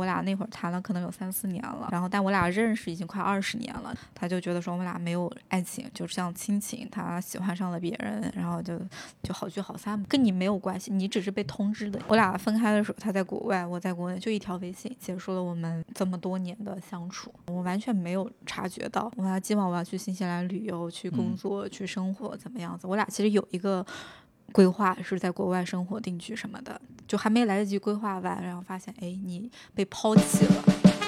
我俩那会儿谈了可能有3-4年了，然后但我俩认识已经快20年了。他就觉得说我们俩没有爱情，就像亲情，他喜欢上了别人，然后就好聚好散，跟你没有关系，你只是被通知的。我俩分开的时候，他在国外，我在国内，就一条微信结束了我们这么多年的相处。我完全没有察觉到，我俩今晚我要去新西兰旅游，去工作，去生活，怎么样子。我俩其实有一个规划是在国外生活定居什么的，就还没来得及规划完，然后发现哎，你被抛弃了。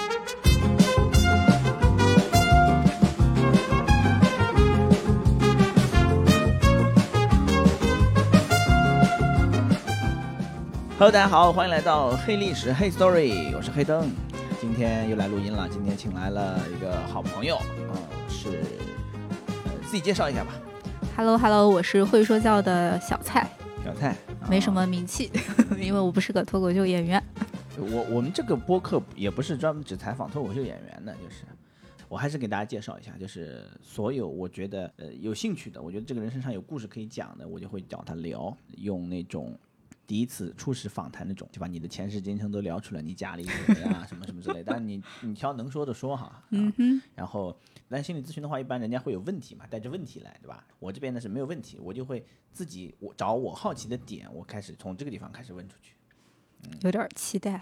Hello， 大家好，欢迎来到黑历史黑 Story， 我是黑灯，今天又来录音了。今天请来了一个好朋友，是自己介绍一下吧。 Hello， 我是会说教的小蔡，没什么名气，因为我不是个脱口秀演员。 我们这个播客也不是专门只采访脱口秀演员的，就是我还是给大家介绍一下，就是所有我觉得有兴趣的，我觉得这个人身上有故事可以讲的，我就会找他聊，用那种第一次初始访谈那种，就把你的前世今生都聊出来，你家里怎么样什么什么之类的，但是你挑能说的说哈，然后但心理咨询的话，一般人家会有问题嘛，带着问题来，对吧？我这边呢是没有问题，我就会自己找我好奇的点，我开始从这个地方开始问出去。 有点期待。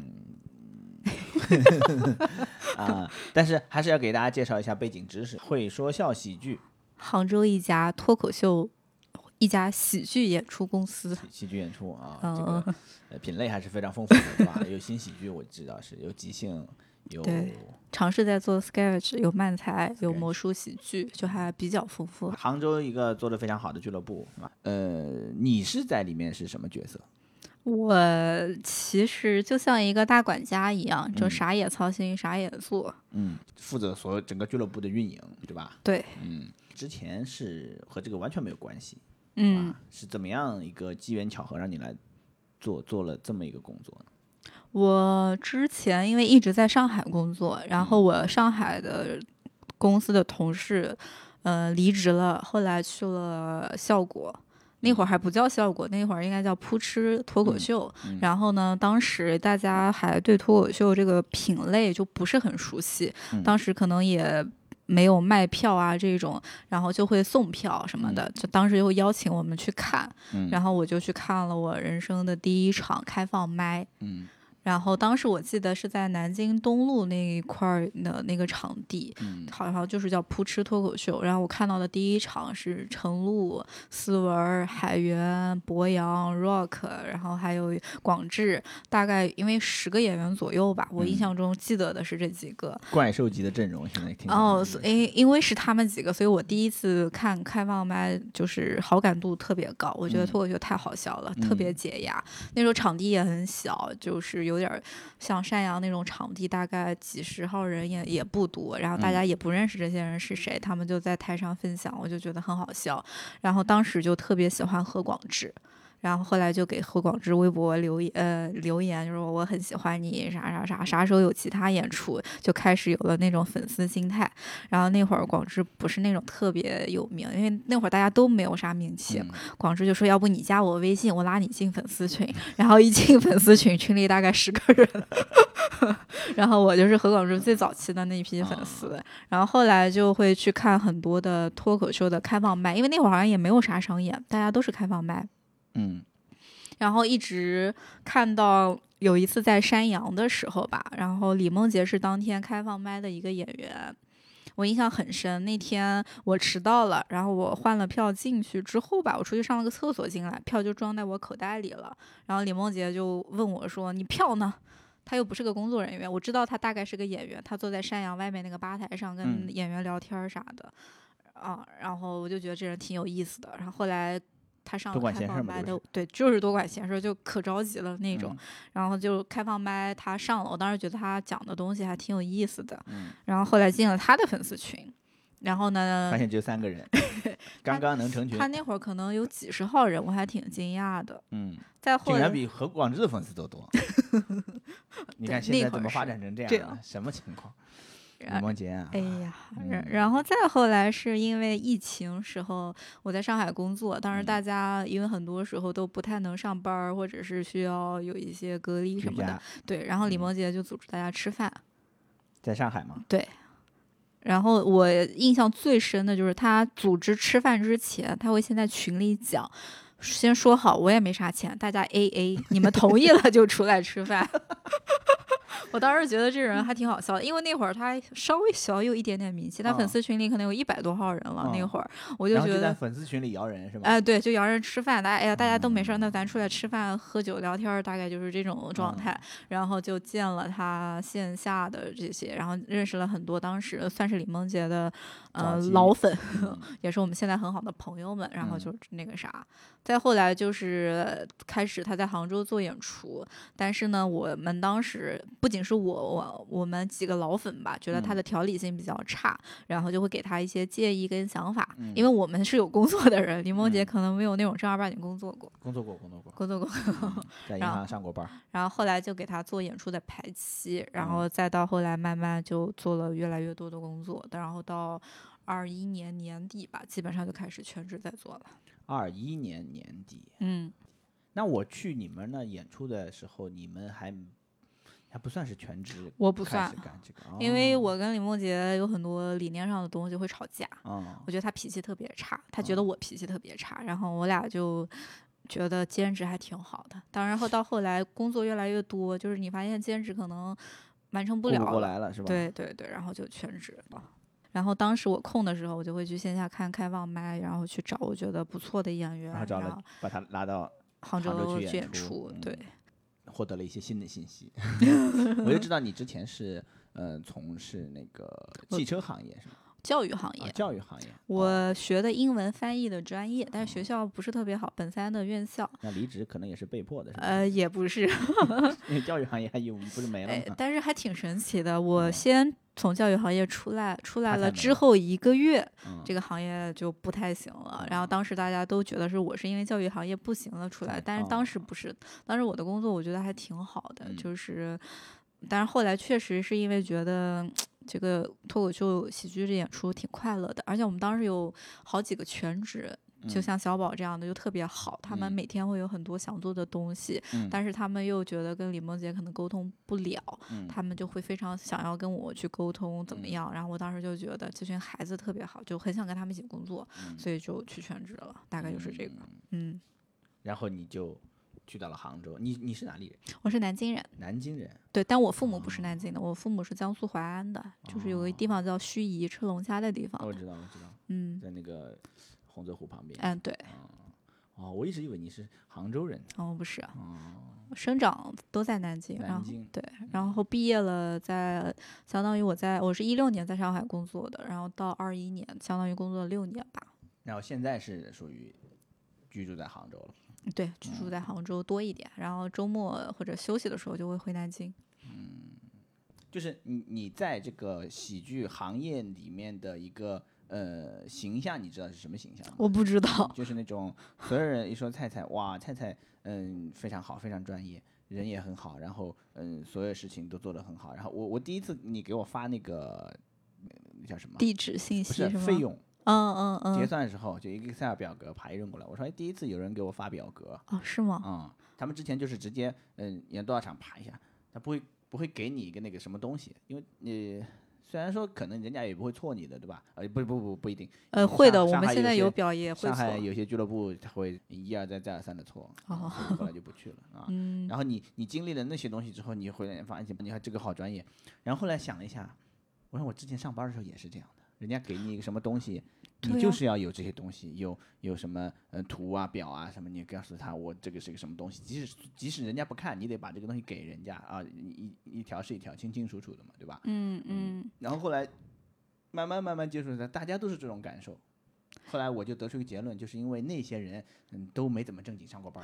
但是还是要给大家介绍一下背景知识。会说笑喜剧， 杭州一家脱口秀。一家喜剧演出公司， 喜剧演出啊，这个品类还是非常丰富的，对吧？有新喜剧，我知道是有即兴，有尝试在做 sketch， 有漫才，有魔术喜剧，就还比较丰富。 杭州一个做得非常好的俱乐部，你是在里面是什么角色？ 我其实就像一个大管家一样，就啥也操心，啥也做。 负责所有整个俱乐部的运营，对吧？ 对。 之前是和这个完全没有关系。是怎么样一个机缘巧合让你来做了这么一个工作呢？ 我之前因为一直在上海工作，然后我上海的公司的同事离职了，后来去了效果，那会儿还不叫效果，那会儿应该叫扑哧脱口秀。然后呢，当时大家还对脱口秀这个品类就不是很熟悉，当时可能也没有卖票啊这种，然后就会送票什么的，就当时就会邀请我们去看，然后我就去看了我人生的第一场开放麦。然后当时我记得是在南京东路那一块的那个场地，好像就是叫扑哧脱口秀。然后我看到的第一场是陈露、思文、海源、博洋、Rock， 然后还有广智，大概因为10个演员左右吧，我印象中记得的是这几个怪兽级的阵容。现在听因为是他们几个，所以我第一次看开放麦就是好感度特别高，我觉得脱口秀太好笑了，特别解压。那时候场地也很小，就是有点像山羊那种场地，大概几十号人也不多，然后大家也不认识这些人是谁，他们就在台上分享，我就觉得很好笑。然后当时就特别喜欢何广智，然后后来就给何广智微博留言，就是我很喜欢你啥时候有其他演出，就开始有了那种粉丝心态。然后那会儿广智不是那种特别有名，因为那会儿大家都没有啥名气，广智就说要不你加我微信，我拉你进粉丝群。然后一进粉丝群，群里大概10个人然后我就是何广智最早期的那批粉丝。然后后来就会去看很多的脱口秀的开放麦，因为那会儿好像也没有啥商演，大家都是开放麦。然后一直看到有一次在山羊的时候吧，然后李梦洁是当天开放麦的一个演员，我印象很深。那天我迟到了，然后我换了票进去之后吧，我出去上了个厕所进来，票就装在我口袋里了。然后李梦洁就问我说你票呢？他又不是个工作人员，我知道他大概是个演员，他坐在山羊外面那个吧台上跟演员聊天啥的。然后我就觉得这人挺有意思的。然后后来他上了开放麦的，对，就是多管闲事，就可着急了那种。然后就开放麦他上了，我当时觉得他讲的东西还挺有意思的。然后后来进了他的粉丝群，然后呢发现只有3个人刚刚能成群。 他那会儿可能有几十号人，我还挺惊讶的。再后来竟然比何广智的粉丝都多你看现在怎么发展成这样了，什么情况？ 李梦洁啊， 哎呀，然后再后来是因为疫情时候我在上海工作，当时大家因为很多时候都不太能上班，或者是需要有一些隔离什么的，对，然后李梦洁就组织大家吃饭， 在上海吗？ 对。然后我印象最深的就是他组织吃饭之前，他会先在群里讲，先说好我也没啥钱，大家 AA， 你们同意了就出来吃饭。我当时觉得这个人还挺好笑的，因为那会儿他稍微小有一点点名气，他粉丝群里可能有100多号人了。那会儿我就觉得， 然后就在粉丝群里摇人是吧？ 哎，对，就摇人吃饭，大家都没事，那咱出来吃饭喝酒聊天，大概就是这种状态。然后就见了他线下的这些，然后认识了很多当时算是李梦洁的老粉，也是我们现在很好的朋友们。然后就那个啥，再后来就是开始他在杭州做演出，但是呢，我们当时不仅是我们几个老粉吧，觉得他的条理性比较差，然后就会给他一些建议跟想法，因为我们是有工作的人，李梦洁可能没有那种正儿八经工作过， 在银行上过班， 然后后来就给他做演出的排期，然后再到后来慢慢就做了越来越多的工作，然后到21年年底吧，基本上就开始全职在做了。 21年年底，那我去你们那演出的时候，你们还不算是全职， 我不算干这个， 因为我跟李梦洁有很多理念上的东西会吵架。我觉得她脾气特别差，她觉得我脾气特别差，然后我俩就觉得兼职还挺好的。当然到后来工作越来越多，就是你发现兼职可能完成不了了， 顾不过来了是吧？ 对，然后就全职了。然后当时我空的时候，我就会去线下看开放麦，然后去找我觉得不错的演员， 然后把他拉到杭州去演出，对， 获得了一些新的信息。我就知道你之前是从事那个汽车行业是吗？ 教育行业， 教育行业。 我学的英文翻译的专业，但是学校不是特别好，本3的院校。 那离职可能也是被迫的，是吧？ 也不是， 因为教育行业还有不是没了吗？ 但是还挺神奇的。我先从教育行业出来了之后1个月，这个行业就不太行了。然后当时大家都觉得我是因为教育行业不行了出来，但是当时不是，当时我的工作我觉得还挺好的，就是，但是后来确实是因为觉得这个脱口秀喜剧这演出挺快乐的，而且我们当时有好几个全职。就像小宝这样的就特别好，他们每天会有很多想做的东西，但是他们又觉得跟李梦洁可能沟通不了，他们就会非常想要跟我去沟通怎么样，然后我当时就觉得这群孩子特别好，就很想跟他们一起工作，所以就去全职了，大概就是这个。 然后你就去到了杭州，你是哪里人？ 我是南京人。 南京人， 对，但我父母不是南京的，我父母是江苏淮安的，就是有个地方叫盱眙，吃龙虾的地方。 我知道，在那个洪泽湖旁边。 对。 我一直以为你是杭州人。 不是。生长都在南京。对，然后毕业了，相当于我是16年在上海工作的，然后到21年，相当于工作了6年吧。 然后现在是属于居住在杭州了。 对，居住在杭州多一点，然后周末或者休息的时候就会回南京。 就是你在这个喜剧行业里面的一个形象，你知道是什么形象吗？ 我不知道。 就是那种所有人一说菜菜，哇，菜菜非常好，非常专业，人也很好，然后所有事情都做得很好。然后我第一次你给我发那个叫什么地址信息是吗？费用。结算的时候就一个 Excel 表格排扔过来，我说第一次有人给我发表格。 是吗？ 他们之前就是直接演多少场排一下，他不会给你一个那个什么东西，因为你虽然说可能人家也不会错你的，对吧？不一定。 会的，我们现在有表也会错。 上海有些俱乐部他会一而再再而三的错，后来就不去了啊。然后你经历了那些东西之后，你回来发现你看这个好专业，然后后来想了一下，我说我之前上班的时候也是这样的。人家给你一个什么东西，你就是要有这些东西，有什么图啊表啊什么，你告诉他我这个是个什么东西，即使人家不看，你得把这个东西给人家啊，一条是一条，清清楚楚的嘛，对吧？然后后来慢慢接触的，大家都是这种感受。后来我就得出一个结论，就是因为那些人都没怎么正经上过班。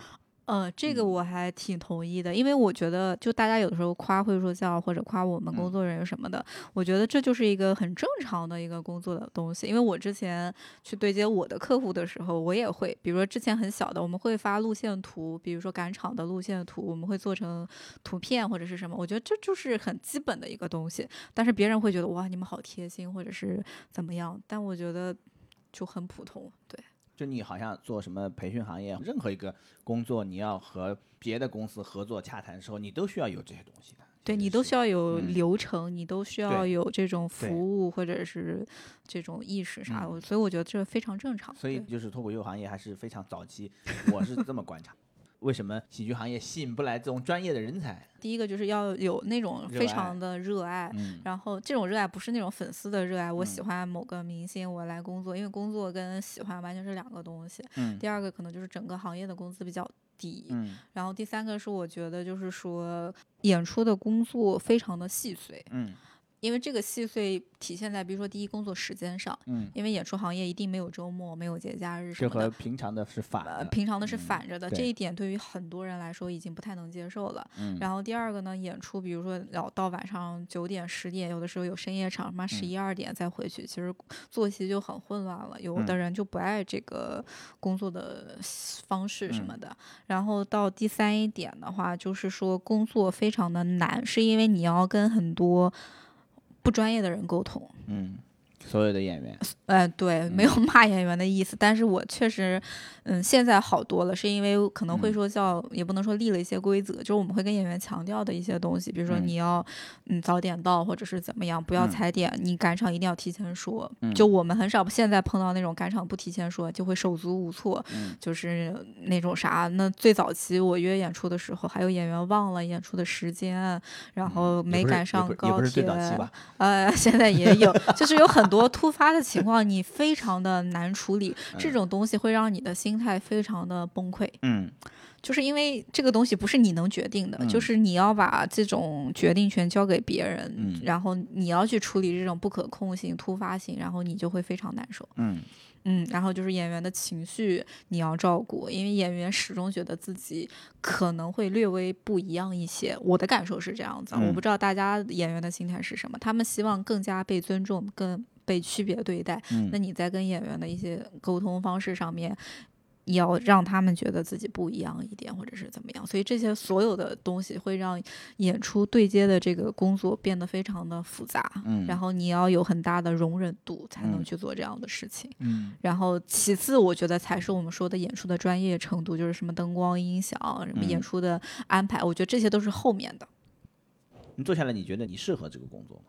这个我还挺同意的，因为我觉得就大家有的时候夸会说教或者夸我们工作人员什么的，我觉得这就是一个很正常的一个工作的东西。因为我之前去对接我的客户的时候，我也会，比如说之前很小的，我们会发路线图，比如说赶场的路线图，我们会做成图片或者是什么，我觉得这就是很基本的一个东西。但是别人会觉得哇，你们好贴心，或者是怎么样，但我觉得就很普通，对。 就你好像做什么培训行业，任何一个工作，你要和别的公司合作洽谈的时候，你都需要有这些东西的。 对，你都需要有流程，你都需要有这种服务或者是这种意识啥的，所以我觉得这非常正常。 所以就是脱口秀行业还是非常早期，我是这么观察。为什么喜剧行业吸引不来这种专业的人才？ 第一个就是要有那种非常的热爱，然后这种热爱不是那种粉丝的热爱，我喜欢某个明星我来工作，因为工作跟喜欢完全是两个东西。第二个可能就是整个行业的工资比较低，然后第三个是我觉得就是说演出的工作非常的细碎，因为这个细碎体现在比如说第一工作时间上，因为演出行业一定没有周末没有节假日什么的， 这和平常的是反的， 平常的是反着的，这一点对于很多人来说已经不太能接受了。然后第二个呢，演出比如说要到晚上9点10点，有的时候有深夜场，什么11、2点再回去，其实作息就很混乱了，有的人就不爱这个工作的方式什么的。然后到第三一点的话，就是说工作非常的难，是因为你要跟很多不专业的人沟通， 所有的演员， 对，没有骂演员的意思，但是我确实，现在好多了，是因为可能会说叫，也不能说立了一些规则，就是我们会跟演员强调的一些东西，比如说你要，早点到，或者是怎么样，不要踩点，你赶场一定要提前说，就我们很少现在碰到那种赶场不提前说，就会手足无措，就是那种啥。那最早期我约演出的时候，还有演员忘了演出的时间，然后没赶上高铁， 也不是最早期吧？ 现在也有，就是有很多突发的情况，你非常的难处理，这种东西会让你的心态非常的崩溃。就是因为这个东西不是你能决定的，就是你要把这种决定权交给别人，然后你要去处理这种不可控性、突发性，然后你就会非常难受。然后就是演员的情绪你要照顾，因为演员始终觉得自己可能会略微不一样一些，我的感受是这样子，我不知道大家演员的心态是什么，他们希望更加被尊重，更被区别对待。那你在跟演员的一些沟通方式上面，要让他们觉得自己不一样一点，或者是怎么样，所以这些所有的东西会让演出对接的这个工作变得非常的复杂，然后你要有很大的容忍度才能去做这样的事情，然后其次我觉得才是我们说的演出的专业程度，就是什么灯光音响，什么演出的安排，我觉得这些都是后面的。 你做下来你觉得你适合这个工作吗？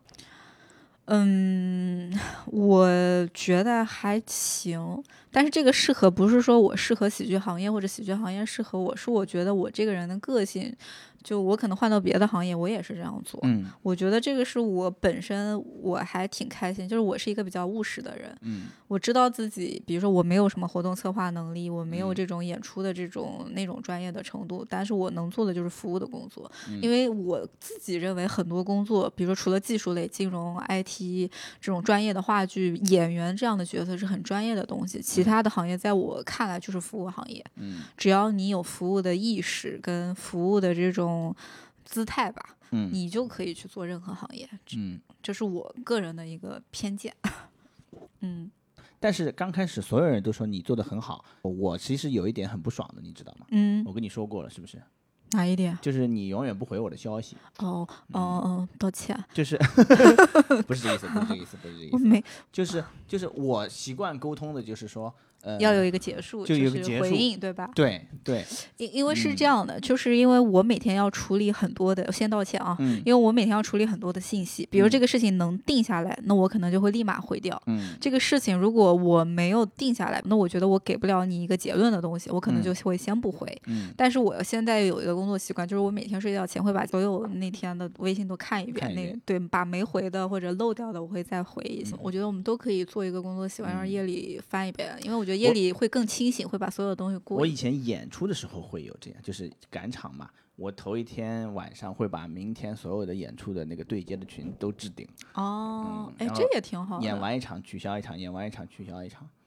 我觉得还行，但是这个适合不是说我适合喜剧行业或者喜剧行业适合我，是我觉得我这个人的个性，就我可能换到别的行业我也是这样做。我觉得这个是我本身我还挺开心，就是我是一个比较务实的人。我知道自己比如说我没有什么活动策划能力，我没有这种演出的这种那种专业的程度，但是我能做的就是服务的工作。因为我自己认为很多工作比如说除了技术类金融 IT这种专业的话剧演员这样的角色是很专业的东西，其他的行业在我看来就是服务行业。只要你有服务的意识跟服务的这种姿态吧，你就可以去做任何行业。这是我个人的一个偏见。 但是刚开始所有人都说你做得很好，我其实有一点很不爽的，你知道吗？我跟你说过了，是不是？ 哪一点？ 就是你永远不回我的消息。 道歉。 就是不是这个意思，不是这个意思，不是这个意思。 我没， 就是我习惯沟通的，就是说， 要有一个结束， 就有一个结束回应，对吧？ 对。 因为是这样的，就是因为我每天要处理很多的，先道歉啊，因为我每天要处理很多的信息，比如这个事情能定下来，那我可能就会立马回掉。这个事情如果我没有定下来，那我觉得我给不了你一个结论的东西，我可能就会先不回。但是我现在有一个工作习惯，就是我每天睡觉前会把所有那天的微信都看一遍，对，把没回的或者漏掉的我会再回一次。我觉得我们都可以做一个工作习惯，让夜里翻一遍，因为我觉得夜里会更清醒，会把所有的东西过。 我以前演出的时候会有这样，就是赶场嘛，我头一天晚上会把明天所有的演出的那个对接的群都置顶。 这也挺好的。 演完一场取消一场，演完一场取消一场。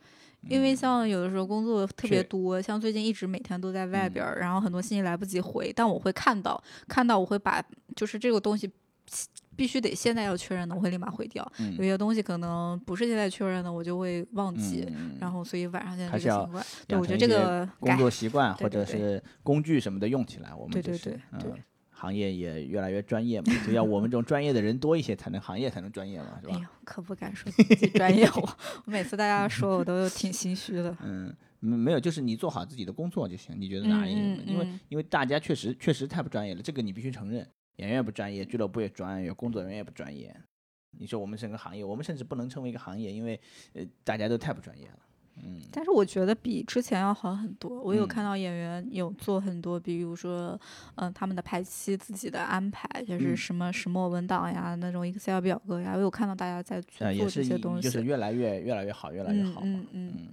因为像有的时候工作特别确多，像最近一直每天都在外边儿，然后很多信息来不及回，但我会看到我会把就是这个东西必须得现在要确认的，我会立马回掉。有些东西可能不是现在确认的，我就会忘记，然后所以晚上现在还是要这个习惯，对我觉得养成一些这个工作习惯或者对对对是工具什么的用起来，我们对对就是对对。 行业也越来越专业嘛，就要我们这种专业的人多一些，行业才能专业嘛，是吧？ 哎呦，可不敢说自己专业，我每次大家说我都挺心虚的。 没有，就是你做好自己的工作就行。你觉得哪里？因为大家确实太不专业了，这个你必须承认。演员也不专业，俱乐部也专业，工作人员也不专业。你说我们是个行业，我们甚至不能称为一个行业，因为大家都太不专业了。 但是我觉得比之前要好很多。我有看到演员有做很多，比如说，他们的排期自己的安排，就是什么石墨文档呀，那种 Excel 表格呀，我有看到大家在去做这些东西， 就是越来越好，越来越好嘛。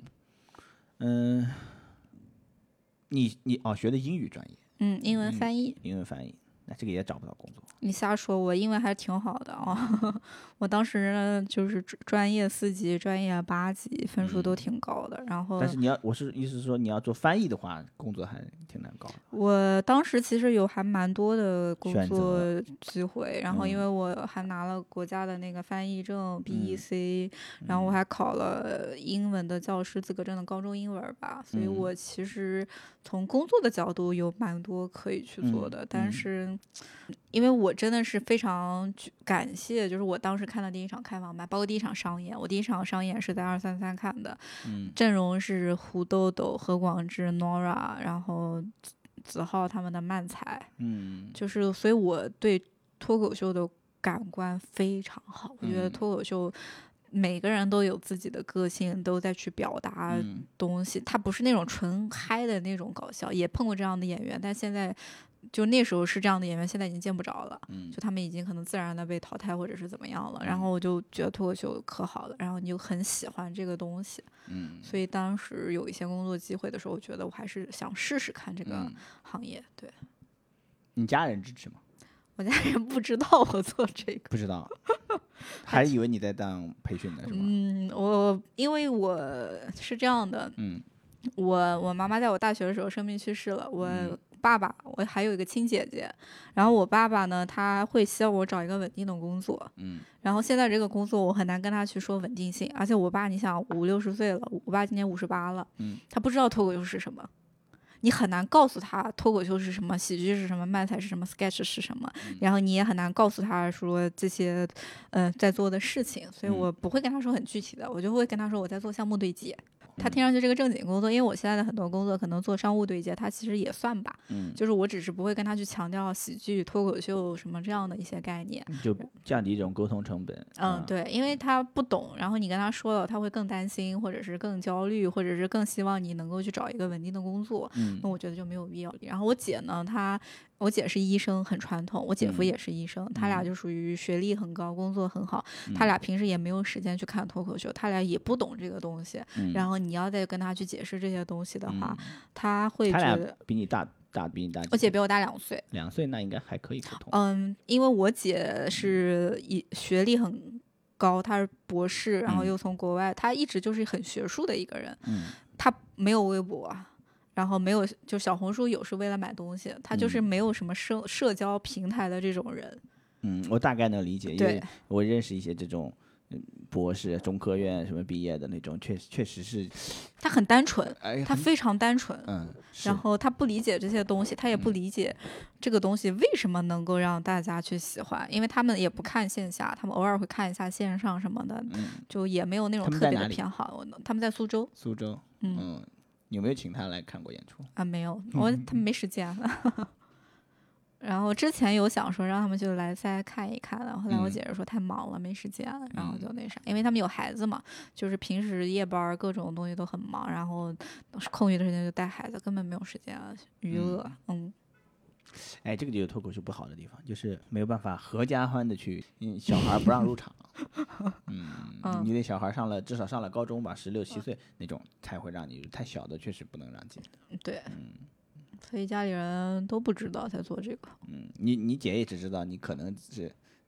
你学的英语专业？ 英文翻译。 英文翻译，那这个也找不到工作。 你瞎说，我英文还是挺好的啊。我当时呢就是专业4级，专业8级，分数都挺高的。然后， 但是我是意思是说，你要做翻译的话，工作还挺难搞的。 我当时其实有还蛮多的工选作择机会，然后因为我还拿了国家的那个翻译证 BEC，然后我还考了英文的教师资格证的高中英文吧，所以我其实从工作的角度有蛮多可以去做的。但是因为我真的是非常感谢，就是我当时看的第一场开放麦，包括第一场商演，我第一场商演是在233看的，阵容是胡豆豆、何广智、Nora， 然后子浩他们的漫才，就是所以我对脱口秀的感官非常好。我觉得脱口秀每个人都有自己的个性，都在去表达东西，他不是那种纯嗨的那种搞笑。也碰过这样的演员，但现在就那时候是这样的演员，现在已经见不着了。就他们已经可能自然的被淘汰或者是怎么样了。然后我就觉得脱口秀可好了，然后你就很喜欢这个东西。所以当时有一些工作机会的时候，我觉得我还是想试试看这个行业。对， 你家人支持吗？ 我家人不知道我做这个， 不知道，还以为你在当培训的是吗？ 因为我是这样的，我妈妈在我大学的时候生病去世了，我爸爸，我还有一个亲姐姐，然后我爸爸呢，他会希望我找一个稳定的工作，然后现在这个工作我很难跟他去说稳定性，而且我爸你想50-60岁了，我爸今年58了，他不知道脱口秀是什么。你很难告诉他脱口秀是什么，喜剧是什么，漫才是什么 sketch 是什么，然后你也很难告诉他说这些在做的事情，所以我不会跟他说很具体的，我就会跟他说我在做项目对接。他听上去这个正经工作，因为我现在的很多工作可能做商务对接，他其实也算吧，就是我只是不会跟他去强调喜剧、脱口秀什么这样的一些概念， 就降低一种沟通成本。 对，因为他不懂，然后你跟他说了，他会更担心，或者是更焦虑，或者是更希望你能够去找一个稳定的工作，那我觉得就没有必要。然后我姐呢，我姐是医生，很传统，我姐夫也是医生，他俩就属于学历很高，工作很好，他俩平时也没有时间去看脱口秀，他俩也不懂这个东西，然后你要再跟他去解释这些东西的话，他会觉得。 他俩比你大我姐比我大2岁。 2岁那应该还可以沟通。 因为我姐是学历很高，她是博士，然后又从国外，她一直就是很学术的一个人。她没有微博，然后没有就小红书有是为了买东西，她就是没有什么社交平台的这种人。 我大概能理解，因为我认识一些这种博士、中科院什么毕业的那种，确实是他很单纯，他非常单纯，然后他不理解这些东西，他也不理解这个东西为什么能够让大家去喜欢，因为他们也不看线下，他们偶尔会看一下线上什么的，就也没有那种特别的偏好。他们在苏州。 苏州，有没有请他来看过演出啊？没有，他们没时间。然后之前有想说让他们就来再看一看的，后来我姐姐说太忙了没时间，然后就那啥，因为他们有孩子嘛，就是平时夜班各种东西都很忙，然后空余的时间就带孩子，根本没有时间娱乐。 哎，这个就有脱口秀不好的地方，就是没有办法合家欢的去，小孩不让入场。你得小孩至少上了高中吧，16、17岁那种才会让你，太小的确实不能让进。 对。所以家里人都不知道在做这个。 你姐也只知道你可能是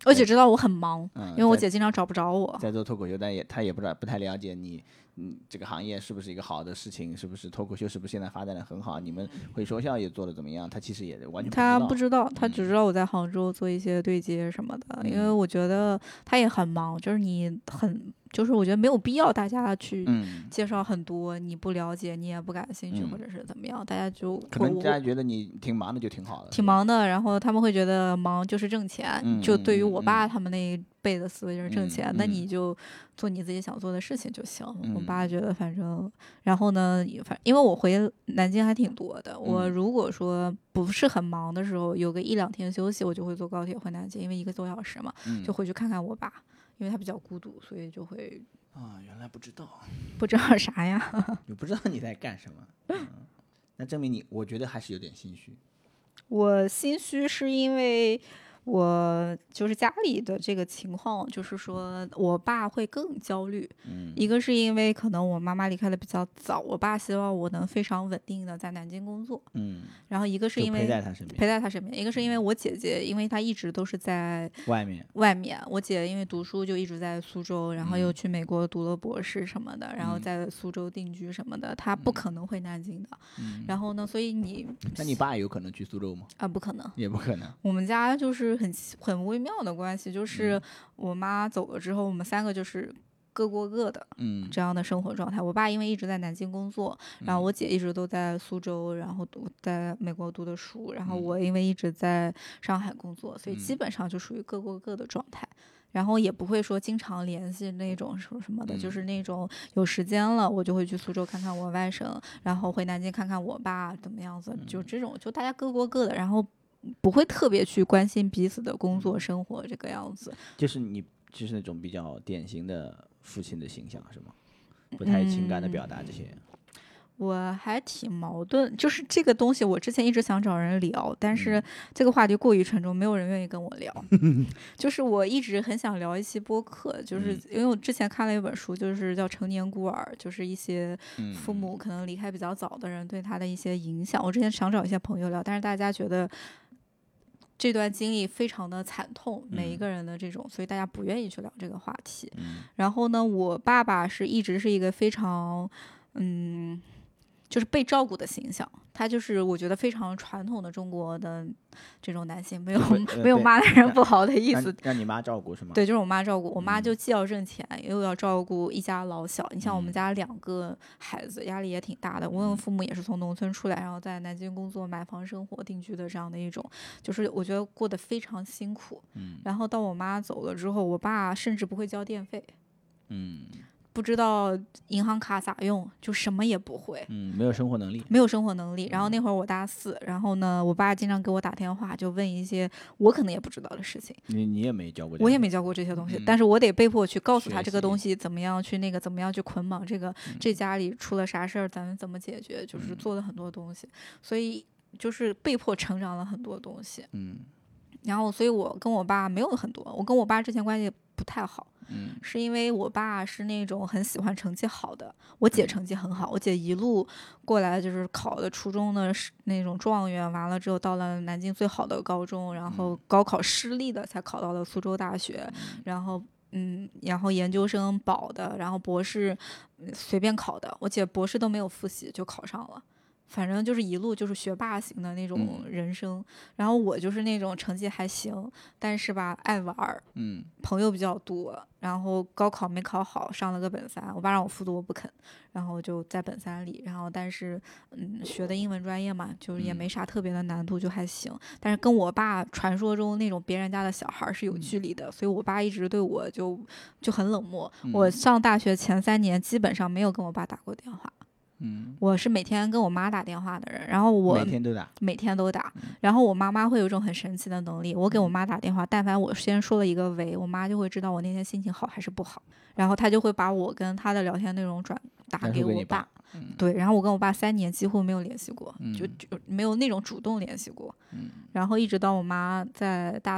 我姐知道我很忙，因为我在姐经常找不着我。 在做脱口秀，但她也不太了解你，这个行业是不是一个好的事情，是不是脱口秀是不是现在发展的很好，你们会说笑也做的怎么样，她其实也完全她不不知道，她只知道我在杭州做一些对接什么的，因为我觉得她也很忙，就是我觉得没有必要大家去介绍很多你不了解、你也不感兴趣或者是怎么样，大家就可能大家觉得你挺忙的就挺好的， 挺忙的，然后他们会觉得忙就是挣钱，就对于我爸他们那一辈的思维就是挣钱，那你就做你自己想做的事情就行。我爸觉得反正，然后呢，因为我回南京还挺多的，我如果说不是很忙的时候，有个1-2天休息，我就会坐高铁回南京，因为1个多小时嘛，就回去看看我爸。因为他比较孤独，所以就会原来不知道啥呀？ 你不知道你在干什么，那证明我觉得还是有点心虚。 我心虚是因为我就是家里的这个情况，就是说我爸会更焦虑。一个是因为可能我妈妈离开的比较早，我爸希望我能非常稳定的在南京工作。然后一个是因为陪在他身边， 一个是因为我姐姐，因为她一直都是在外面。我姐因为读书就一直在苏州，然后又去美国读了博士什么的，然后在苏州定居什么的，她不可能回南京的。然后呢，所以那你爸有可能去苏州吗？ 不可能， 也不可能。 我们家就是很微妙的关系，就是我妈走了之后，我们3个就是各过各的，这样的生活状态。我爸因为一直在南京工作，然后我姐一直都在苏州，然后在美国读的书，然后我因为一直在上海工作，所以基本上就属于各过各的状态。然后也不会说经常联系那种什么的，就是那种有时间了我就会去苏州看看我外甥，然后回南京看看我爸怎么样子，就这种，就大家各过各的，然后不会特别去关心彼此的工作生活这个样子。 就是你就是那种比较典型的父亲的形象是吗？不太情感的表达这些。 我还挺矛盾，就是这个东西我之前一直想找人聊，但是这个话题过于沉重，没有人愿意跟我聊。就是我一直很想聊一期播客，就是因为我之前看了一本书，就是叫《成年孤儿》，就是一些父母可能离开比较早的人对他的一些影响。我之前想找一些朋友聊，但是大家觉得这段经历非常的惨痛，每一个人的这种，所以大家不愿意去聊这个话题。然后呢，我爸爸一直是一个非常就是被照顾的形象，他就是我觉得非常传统的中国的这种男性，没有骂男人不好的意思。 让你妈照顾是吗？ 对，就是我妈照顾，我妈就既要挣钱，又要照顾一家老小。你像我们家2个孩子，压力也挺大的。我父母也是从农村出来，然后在南京工作、买房生活、定居的这样的一种，就是我觉得过得非常辛苦。然后到我妈走了之后，我爸甚至不会交电费。不知道银行卡咋用，就什么也不会。 没有生活能力。 然后那会儿我大4，然后呢，我爸经常给我打电话，就问一些我可能也不知道的事情。 你也没教过， 我也没教过这些东西，但是我得被迫去告诉他这个东西怎么样去怎么样去捆绑这家里出了啥事儿，咱们怎么解决，就是做了很多东西，所以就是被迫成长了很多东西。然后所以我跟我爸没有很多，我跟我爸之前关系不太好。是因为我爸是那种很喜欢成绩好的，我姐成绩很好，我姐一路过来就是考的初中的那种状元，完了之后到了南京最好的高中，然后高考失利的才考到了苏州大学，然后研究生保的，然后博士随便考的，我姐博士都没有复习就考上了。反正就是一路就是学霸型的那种人生，然后我就是那种成绩还行，但是吧爱玩儿，朋友比较多，然后高考没考好，上了个本3，我爸让我复读我不肯，然后就在本3里，然后但是学的英文专业嘛，就是也没啥特别的难度，就还行，但是跟我爸传说中那种别人家的小孩是有距离的，所以我爸一直对我就很冷漠。我上大学前3年基本上没有跟我爸打过电话。我是每天跟我妈打电话的人，然后我每天都打，然后我妈妈会有一种很神奇的能力，我给我妈打电话，但凡我先说了一个喂，我妈就会知道我那天心情好还是不好，然后她就会把我跟她的聊天内容打给我爸。对，然后我跟我爸3年几乎没有联系过，就没有那种主动联系过。然后一直到我妈在大4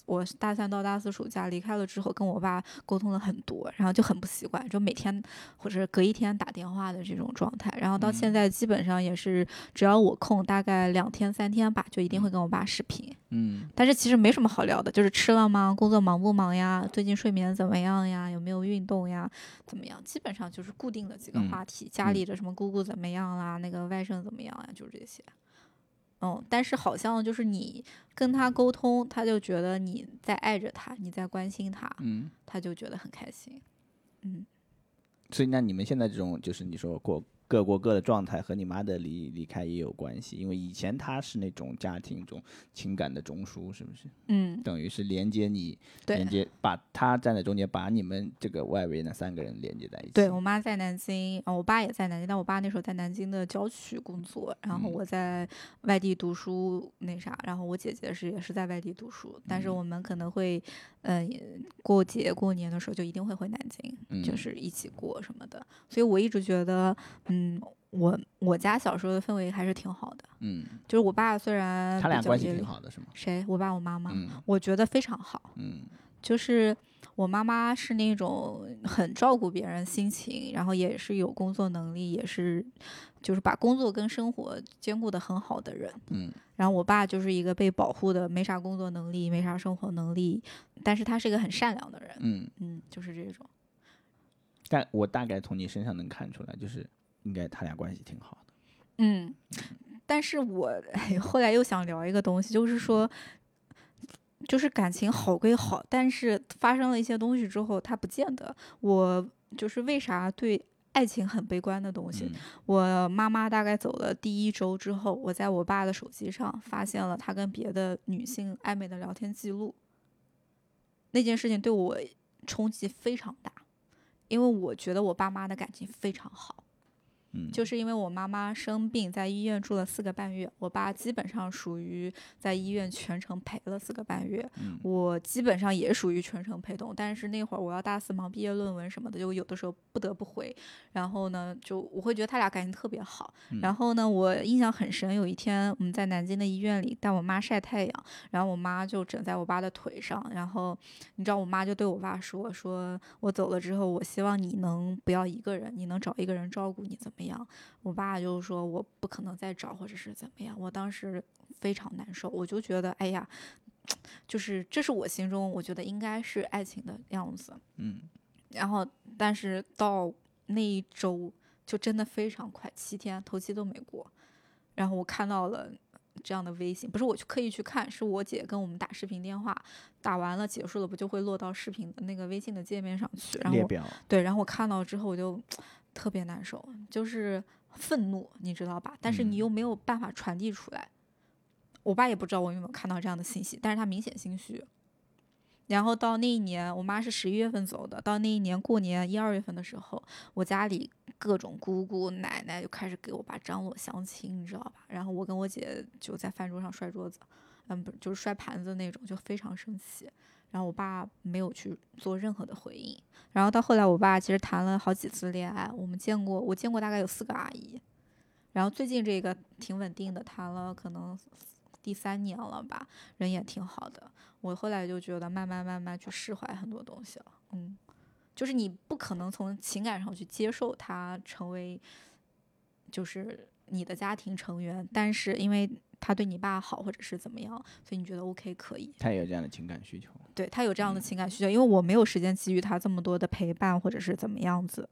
我大3到大4暑假离开了之后，跟我爸沟通了很多，然后就很不习惯，就每天或者隔一天打电话的这种状态。然后到现在基本上也是，只要我空，大概2天3天吧，就一定会跟我爸视频。但是其实没什么好聊的，就是吃了吗？工作忙不忙呀？最近睡眠怎么样呀？有没有运动呀？怎么样？基本上就是固定的几个话题。家里的什么姑姑怎么样啦？那个外甥怎么样呀？就是这些。但是好像就是你跟他沟通，他就觉得你在爱着他，你在关心他，他就觉得很开心。 所以那你们现在这种就是你说各过各的状态，和你妈的离开也有关系，因为以前她是那种家庭中情感的中枢，是不是？等于是连接你，把她站在中间，把你们这个外围那3个人连接在一起。 对，我妈在南京，我爸也在南京，但我爸那时候在南京的郊区工作，然后我在外地读书那啥，然后我姐姐也是在外地读书，但是我们可能会，过节过年的时候就一定会回南京，就是一起过什么的，所以我一直觉得，我家小时候的氛围还是挺好的。就是我爸虽然他俩关系挺好的是吗？ 谁？我爸我妈妈？我觉得非常好。就是我妈妈是那种很照顾别人心情，然后也是有工作能力，也是就是把工作跟生活兼顾得很好的人。然后我爸就是一个被保护的，没啥工作能力，没啥生活能力，但是他是一个很善良的人。就是这种。 但我大概从你身上能看出来，就是应该他俩关系挺好的。 但是我后来又想聊一个东西，就是说，就是感情好归好，但是发生了一些东西之后，它不见得。我就是为啥对爱情很悲观的东西。我妈妈大概走了第1周之后，我在我爸的手机上发现了他跟别的女性暧昧的聊天记录。那件事情对我冲击非常大，因为我觉得我爸妈的感情非常好。就是因为我妈妈生病在医院住了4个半月，我爸基本上属于在医院全程陪了4个半月。我基本上也属于全程陪同，但是那会儿我要大4忙毕业论文什么的，就有的时候不得不回。然后呢，就我会觉得他俩感情特别好。然后呢，我印象很深，有一天我们在南京的医院里带我妈晒太阳，然后我妈就枕在我爸的腿上，然后你知道我妈就对我爸说我走了之后，我希望你能不要一个人，你能找一个人照顾你怎么样？我爸就说我不可能再找或者是怎么样。我当时非常难受，我就觉得哎呀，就是这是我心中我觉得应该是爱情的样子。然后但是到那1周就真的非常快，7天头七都没过，然后我看到了这样的微信，不是我刻意去看，是我姐跟我们打视频电话，打完了结束了不就会落到视频的那个微信的界面上去，然后列表。 对，然后我看到之后我就特别难受，就是愤怒，你知道吧？但是你又没有办法传递出来。我爸也不知道我有没有看到这样的信息，但是他明显心虚。然后到那一年，我妈是11月份走的，到那一年过年1、2月份的时候，我家里各种姑姑奶奶就开始给我爸张罗相亲，你知道吧？然后我跟我姐就在饭桌上摔桌子，不就是摔盘子那种，就非常生气。然后我爸没有去做任何的回应。然后到后来，我爸其实谈了好几次恋爱，我见过大概有4个阿姨。然后最近这个挺稳定的，谈了可能第3年了吧，人也挺好的。我后来就觉得慢慢去释怀很多东西了。就是你不可能从情感上去接受他成为就是你的家庭成员，但是因为他对你爸好或者是怎么样，所以你觉得 OK 可以。 他也有这样的情感需求。 对，他有这样的情感需求，因为我没有时间给予他这么多的陪伴或者是怎么样子。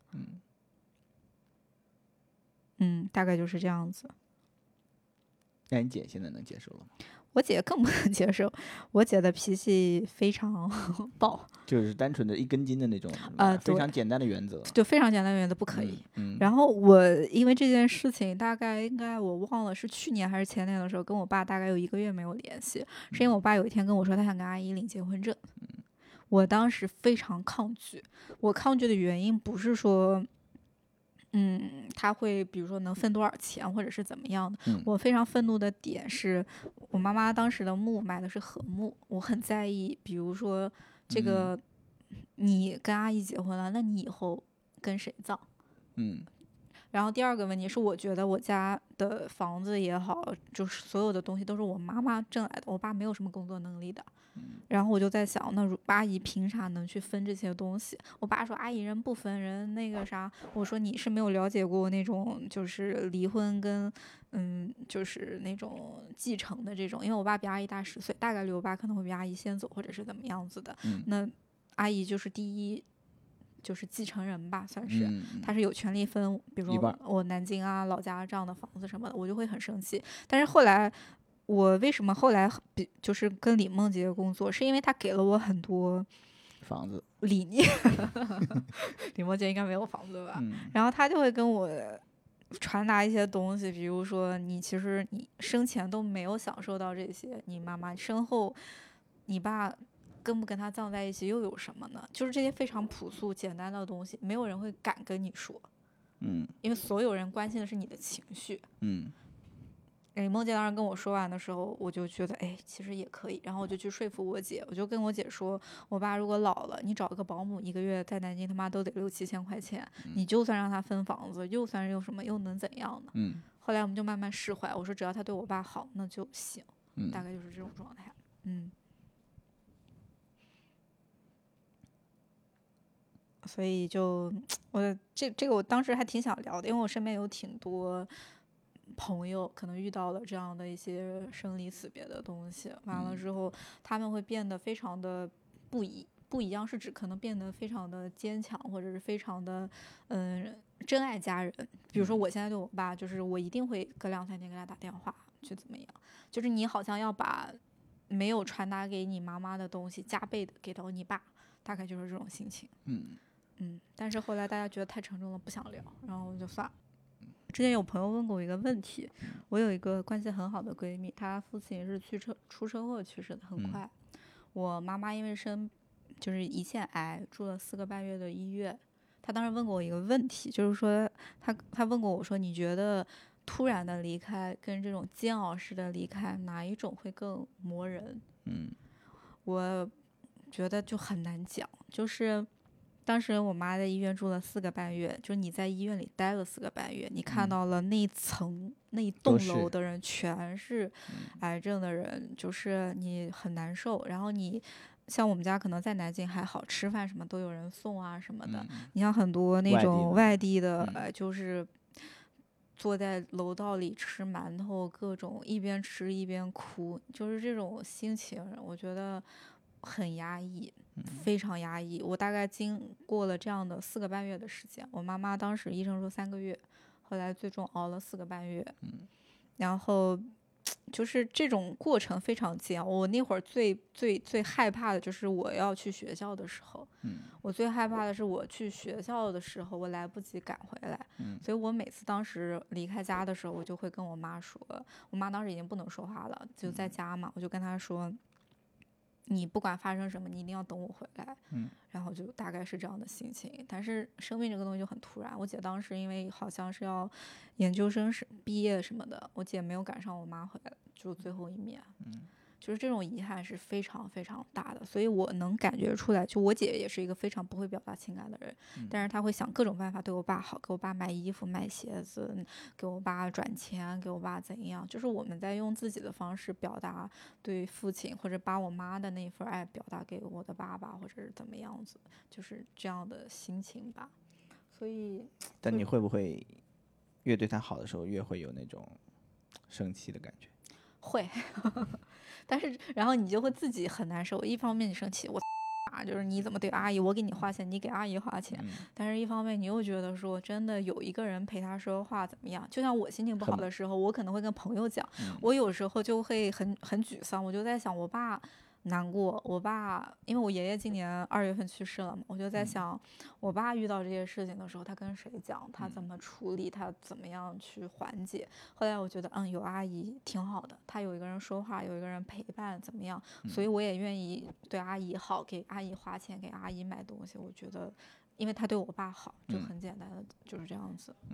大概就是这样子。 那你姐现在能接受了吗？ 我姐更不能接受，我姐的脾气非常暴， 就是单纯的一根筋的那种，非常简单的原则， 就非常简单的原则不可以。然后我因为这件事情，大概应该我忘了是去年还是前年的时候，跟我爸大概有1个月没有联系，是因为我爸有一天跟我说他想跟阿姨领结婚证。我当时非常抗拒，我抗拒的原因不是说他会比如说能分多少钱或者是怎么样的。我非常愤怒的点是我妈妈当时的墓买的是和墓，我很在意，比如说这个你跟阿姨结婚了，那你以后跟谁葬？ 然后第二个问题是，我觉得我家的房子也好，就是所有的东西都是我妈妈挣来的，我爸没有什么工作能力的。然后我就在想，那阿姨凭啥能去分这些东西？我爸说阿姨人不分人那个啥，我说你是没有了解过那种就是离婚跟就是那种继承的这种，因为我爸比阿姨大10岁，大概率我爸可能会比阿姨先走或者是怎么样子的。那阿姨就是第一。就是继承人吧，算是，他是有权利分，比如说我南京啊、老家这样的房子什么的，我就会很生气。但是后来，我为什么后来就是跟李梦洁工作，是因为他给了我很多房子理念。李梦洁应该没有房子吧？然后他就会跟我传达一些东西，比如说其实你生前都没有享受到这些，你妈妈身后，你爸。跟不跟他葬在一起又有什么呢？就是这些非常朴素简单的东西，没有人会敢跟你说，因为所有人关心的是你的情绪，李梦洁当时跟我说完的时候，我就觉得，哎，其实也可以，然后我就去说服我姐，我就跟我姐说，我爸如果老了，你找个保姆1个月在南京他妈都得6、7千块钱，你就算让他分房子，又算是又什么，又能怎样呢？后来我们就慢慢释怀，我说只要他对我爸好，那就行，大概就是这种状态，所以就这个我当时还挺想聊的，因为我身边有挺多朋友可能遇到了这样的一些生离死别的东西，完了之后他们会变得非常的不一样，是指可能变得非常的坚强，或者是非常的真爱家人。比如说我现在对我爸，就是我一定会隔2、3天给他打电话去怎么样，就是你好像要把没有传达给你妈妈的东西加倍的给到你爸，大概就是这种心情。但是后来大家觉得太沉重了，不想聊，然后就算了。之前有朋友问过我一个问题，我有一个关系很好的闺蜜，她父亲是出车祸去世的，很快。我妈妈因为就是胰腺癌，住了4个半月的医院。她当时问过我一个问题，就是说她问过我说，你觉得突然的离开跟这种煎熬式的离开，哪一种会更磨人？我觉得就很难讲，就是当时我妈在医院住了4个半月，就是你在医院里待了4个半月，你看到了那一栋楼的人全是癌症的人，就是你很难受。然后你像我们家可能在南京还好，吃饭什么都有人送啊什么的。你像很多那种外地的，就是坐在楼道里吃馒头，各种一边吃一边哭，就是这种心情，我觉得很压抑，非常压抑。我大概经过了这样的4个半月的时间，我妈妈当时医生说3个月，后来最终熬了4个半月，然后就是这种过程非常煎熬。我那会儿最害怕的就是我要去学校的时候，我最害怕的是我去学校的时候我来不及赶回来，所以我每次当时离开家的时候，我就会跟我妈说，我妈当时已经不能说话了，就在家嘛，我就跟她说，你不管发生什么，你一定要等我回来。然后就大概是这样的心情。但是生病这个东西就很突然。我姐当时因为好像是要研究生毕业什么的，我姐没有赶上我妈回来，就最后一面。就是这种遗憾是非常非常大的，所以我能感觉出来，就我姐也是一个非常不会表达情感的人，但是她会想各种办法对我爸好，给我爸买衣服买鞋子，给我爸转钱，给我爸怎样，就是我们在用自己的方式表达对父亲，或者把我妈的那份爱表达给我的爸爸，或者是怎么样子，就是这样的心情吧。所以但你会不会越对他好的时候越会有那种生气的感觉？ 会但是然后你就会自己很难受，一方面你生气，我就是你怎么对阿姨，我给你花钱，你给阿姨花钱，但是一方面你又觉得说真的有一个人陪他说话怎么样，就像我心情不好的时候，我可能会跟朋友讲，我有时候就会很沮丧，我就在想我爸难过，我爸因为我爷爷今年2月份去世了嘛，我就在想我爸遇到这些事情的时候他跟谁讲，他怎么处理，他怎么样去缓解。后来我觉得有阿姨挺好的，他有一个人说话，有一个人陪伴怎么样，所以我也愿意对阿姨好，给阿姨花钱，给阿姨买东西。我觉得因为他对我爸好，就很简单的就是这样子。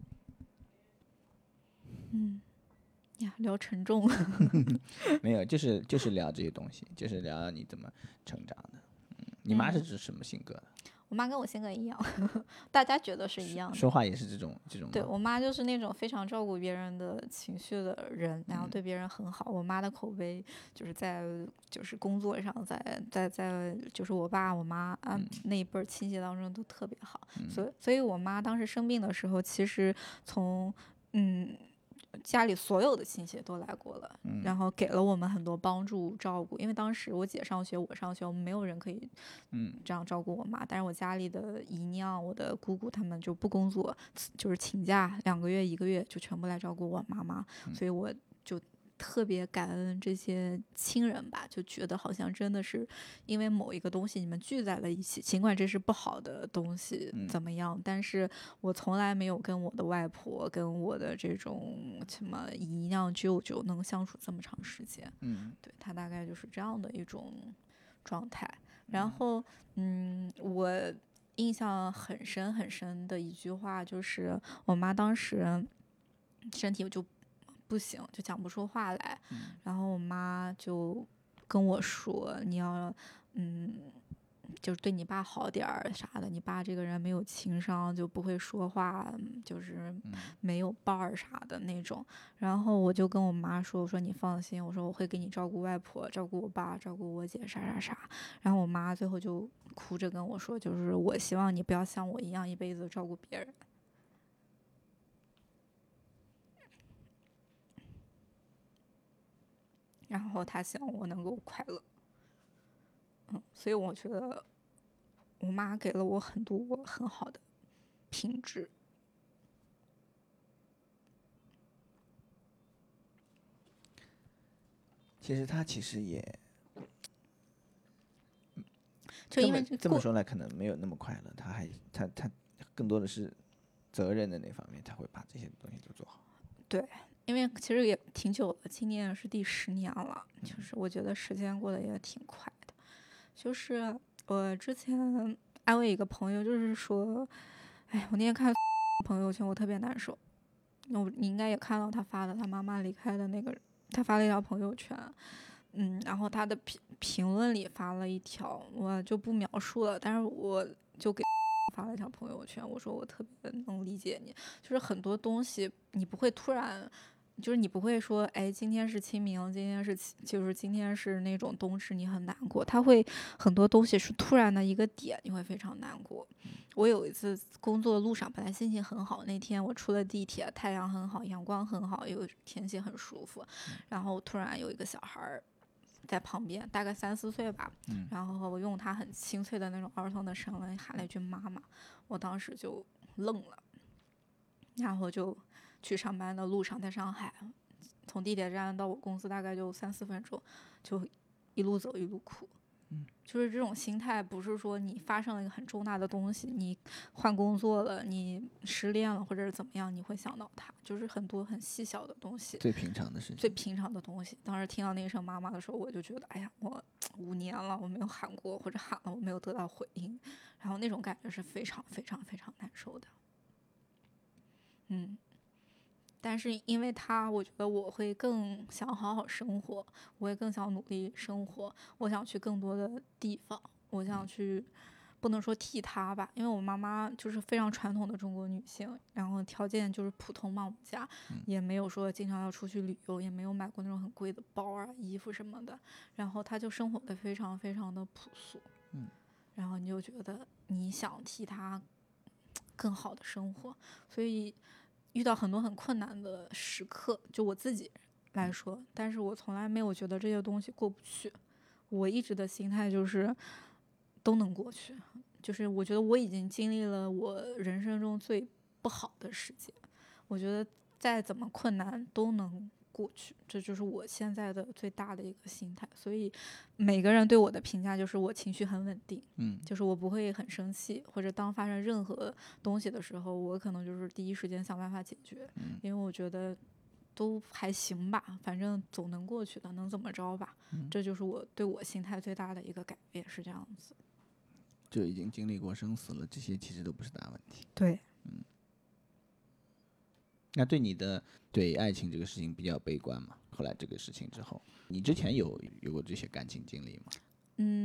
呀，聊沉重没有，就是聊这些东西，就是聊你怎么成长的。你妈是指什么性格的？ 我妈跟我性格一样，大家觉得是一样的。 说话也是这种对，我妈就是那种非常照顾别人的情绪的人，然后对别人很好。我妈的口碑就是就是工作上，在就是我爸我妈那一辈儿亲戚当中都特别好。所以我妈当时生病的时候，其实从家里所有的亲戚都来过了，然后给了我们很多帮助照顾。因为当时我姐上学，我上学，我们没有人可以这样照顾我妈。但是我家里的姨娘、我的姑姑他们就不工作，就是请假2个月、1个月就全部来照顾我妈妈，所以我就特别感恩这些亲人吧，就觉得好像真的是因为某一个东西你们聚在了一起，尽管这是不好的东西怎么样，但是我从来没有跟我的外婆跟我的这种什么姨娘舅舅能相处这么长时间。对，他大概就是这样的一种状态。然后我印象很深很深的一句话就是我妈当时身体就不行，就讲不出话来，然后我妈就跟我说你要就是对你爸好点儿啥的，你爸这个人没有情商，就不会说话，就是没有伴儿啥的那种。然后我就跟我妈说，我说你放心，我说我会给你照顾外婆，照顾我爸，照顾我姐啥啥啥。然后我妈最后就哭着跟我说，就是我希望你不要像我一样一辈子照顾别人。然后她希望我能够快乐。所以我觉得我妈给了我很多很好的品质。 其实她其实也， 就因为这么说来可能没有那么快乐，她更多的是责任的那方面，她会把这些东西都做好。 对，因为其实也挺久了，今年是第10年了，就是我觉得时间过得也挺快的。就是我之前安慰一个朋友，就是说，哎，我那天看朋友圈，我特别难受。你应该也看到他发的，他妈妈离开的那个，他发了一条朋友圈，然后他的评论里发了一条，我就不描述了，但是我就给发了一条朋友圈，我说我特别能理解你，就是很多东西你不会突然。就是你不会说，哎，今天是清明，今天是那种冬至，你很难过。他会很多东西是突然的一个点，你会非常难过。我有一次工作路上，本来心情很好，那天我出了地铁，太阳很好，阳光很好，又天气很舒服，然后突然有一个小孩在旁边，大概3、4岁吧，然后我用他很清脆的那种儿童的声音喊了一句妈妈，我当时就愣了，然后就去上班的路上，在上海，从地铁站到我公司大概就3、4分钟，就一路走一路哭。就是这种心态，不是说你发生了一个很重大的东西，你换工作了，你失恋了，或者是怎么样，你会想到他，就是很多很细小的东西， 最平常的事情， 最平常的东西。当时听到那一声妈妈的时候，我就觉得，哎呀，我5年了，我没有喊过，或者喊了我没有得到回应，然后那种感觉是非常非常非常难受的。但是因为他，我觉得我会更想好好生活，我也更想努力生活，我想去更多的地方，我想去，不能说替他吧，因为我妈妈就是非常传统的中国女性，然后条件就是普通嘛，我们家也没有说经常要出去旅游，也没有买过那种很贵的包啊、衣服什么的，然后她就生活的非常非常的朴素，然后你就觉得你想替她更好的生活，所以遇到很多很困难的时刻，就我自己来说，但是我从来没有觉得这些东西过不去，我一直的心态就是都能过去，就是我觉得我已经经历了我人生中最不好的时间，我觉得再怎么困难都能过去，这就是我现在的最大的一个心态。所以每个人对我的评价就是我情绪很稳定，就是我不会很生气，或者当发生任何东西的时候，我可能就是第一时间想办法解决，因为我觉得都还行吧，反正总能过去的，能怎么着吧，这就是我对我心态最大的一个改变，是这样子。 就已经经历过生死了，这些其实都不是大问题。 对， 那对爱情这个事情比较悲观嘛？后来这个事情之后，你之前有过这些感情经历吗？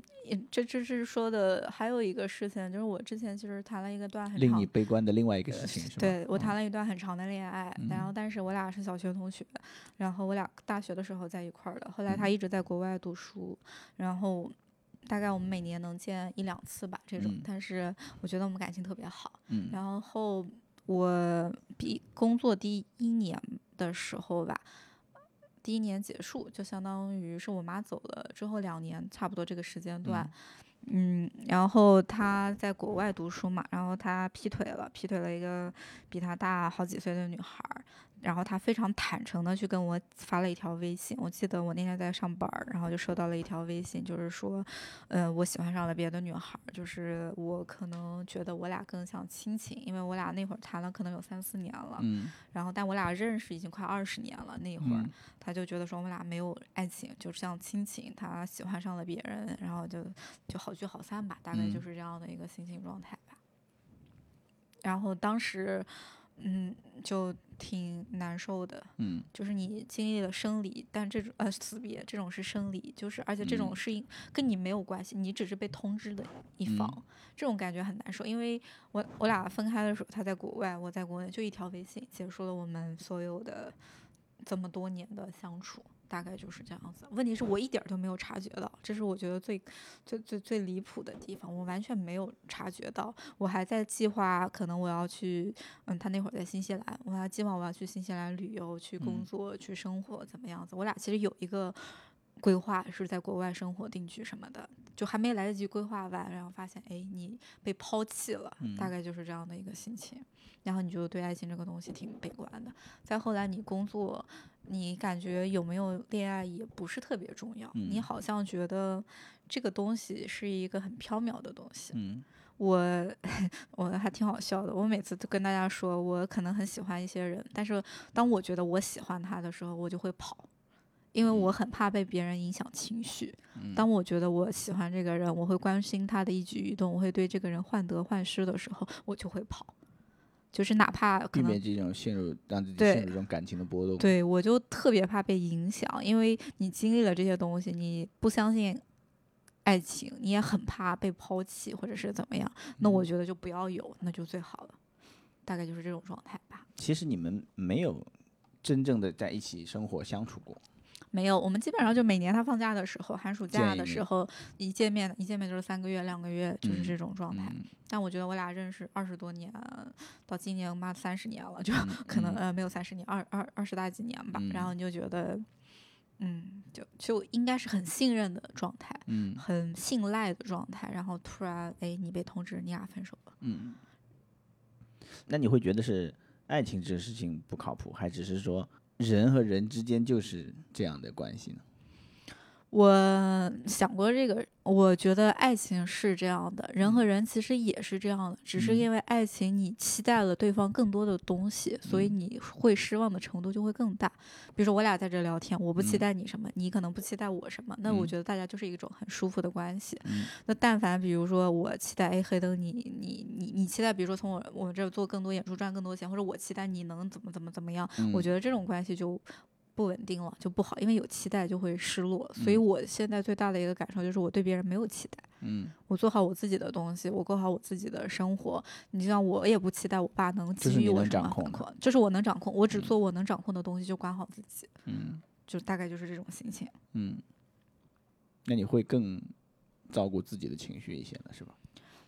这是说的还有一个事情，就是我之前其实谈了一个段很长， 令你悲观的另外一个事情是吧？ 对，我谈了一段很长的恋爱，然后但是我俩是小学同学，然后我俩大学的时候在一块儿的，后来他一直在国外读书，然后大概我们每年能见1-2次吧这种，但是我觉得我们感情特别好。然后我工作第1年的时候吧，第1年结束，就相当于是我妈走了之后2年，差不多这个时间段。然后他在国外读书嘛，然后他劈腿了一个比他大好几岁的女孩，然后他非常坦诚的去跟我发了一条微信，我记得我那天在上班，然后就收到了一条微信，就是说，我喜欢上了别的女孩，就是我可能觉得我俩更像亲情，因为我俩那会儿谈了可能有3-4年了，然后但我俩认识已经快20年了，那会儿他就觉得说我们俩没有爱情，就像亲情，他喜欢上了别人，然后就好聚好散吧，大概就是这样的一个心情状态吧。然后当时就挺难受的，就是你经历了生离，但这种死别这种是生离，就是而且这种是跟你没有关系，你只是被通知的一方，这种感觉很难受。因为我俩分开的时候，他在国外，我在国内，就一条微信结束了我们所有的这么多年的相处。大概就是这样子。问题是我一点都没有察觉到，这是我觉得最离谱的地方，我完全没有察觉到。我还在计划，可能我要去，他那会儿在新西兰，我还计划我要去新西兰旅游、去工作、去生活，怎么样子？我俩其实有一个规划是在国外生活定居什么的，就还没来得及规划完，然后发现，哎，你被抛弃了，大概就是这样的一个心情。然后你就对爱情这个东西挺悲观的。再后来你工作，你感觉有没有恋爱也不是特别重要，你好像觉得这个东西是一个很缥缈的东西。我还挺好笑的，我每次都跟大家说我可能很喜欢一些人，但是当我觉得我喜欢他的时候，我就会跑，因为我很怕被别人影响情绪。当我觉得我喜欢这个人，我会关心他的一举一动，我会对这个人患得患失的时候，我就会跑。就是哪怕可能避免这种让自己陷入这种感情的波动。 对，我就特别怕被影响，因为你经历了这些东西，你不相信爱情，你也很怕被抛弃或者是怎么样，那我觉得就不要有，那就最好了。大概就是这种状态吧。 其实你们没有真正的在一起生活相处过。 没有，我们基本上就每年他放假的时候，寒暑假的时候一见面就是3个月、2个月，就是这种状态。但我觉得我俩认识20多年，到今年妈30年了，就可能没有30年，20大几年吧。然后你就觉得，就应该是很信任的状态，很信赖的状态。然后突然，哎，你被通知你俩分手了。 那你会觉得是爱情这个事情不靠谱，还只是说人和人之间就是这样的关系呢？ 我想过这个，我觉得爱情是这样的，人和人其实也是这样的，只是因为爱情你期待了对方更多的东西，所以你会失望的程度就会更大。比如说我俩在这聊天，我不期待你什么，你可能不期待我什么，那我觉得大家就是一种很舒服的关系。那但凡比如说我期待黑灯你期待比如说从我这做更多演出赚更多钱，或者我期待你能怎么样，我觉得这种关系就不稳定了，就不好，因为有期待就会失落。所以我现在最大的一个感受就是我对别人没有期待，我做好我自己的东西，我过好我自己的生活。你像我也不期待我爸能给予我什么，这是我能掌控，我只做我能掌控的东西，就管好自己。就大概就是这种心情。 那你会更照顾自己的情绪一些了，是吧？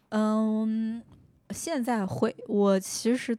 现在会。我其实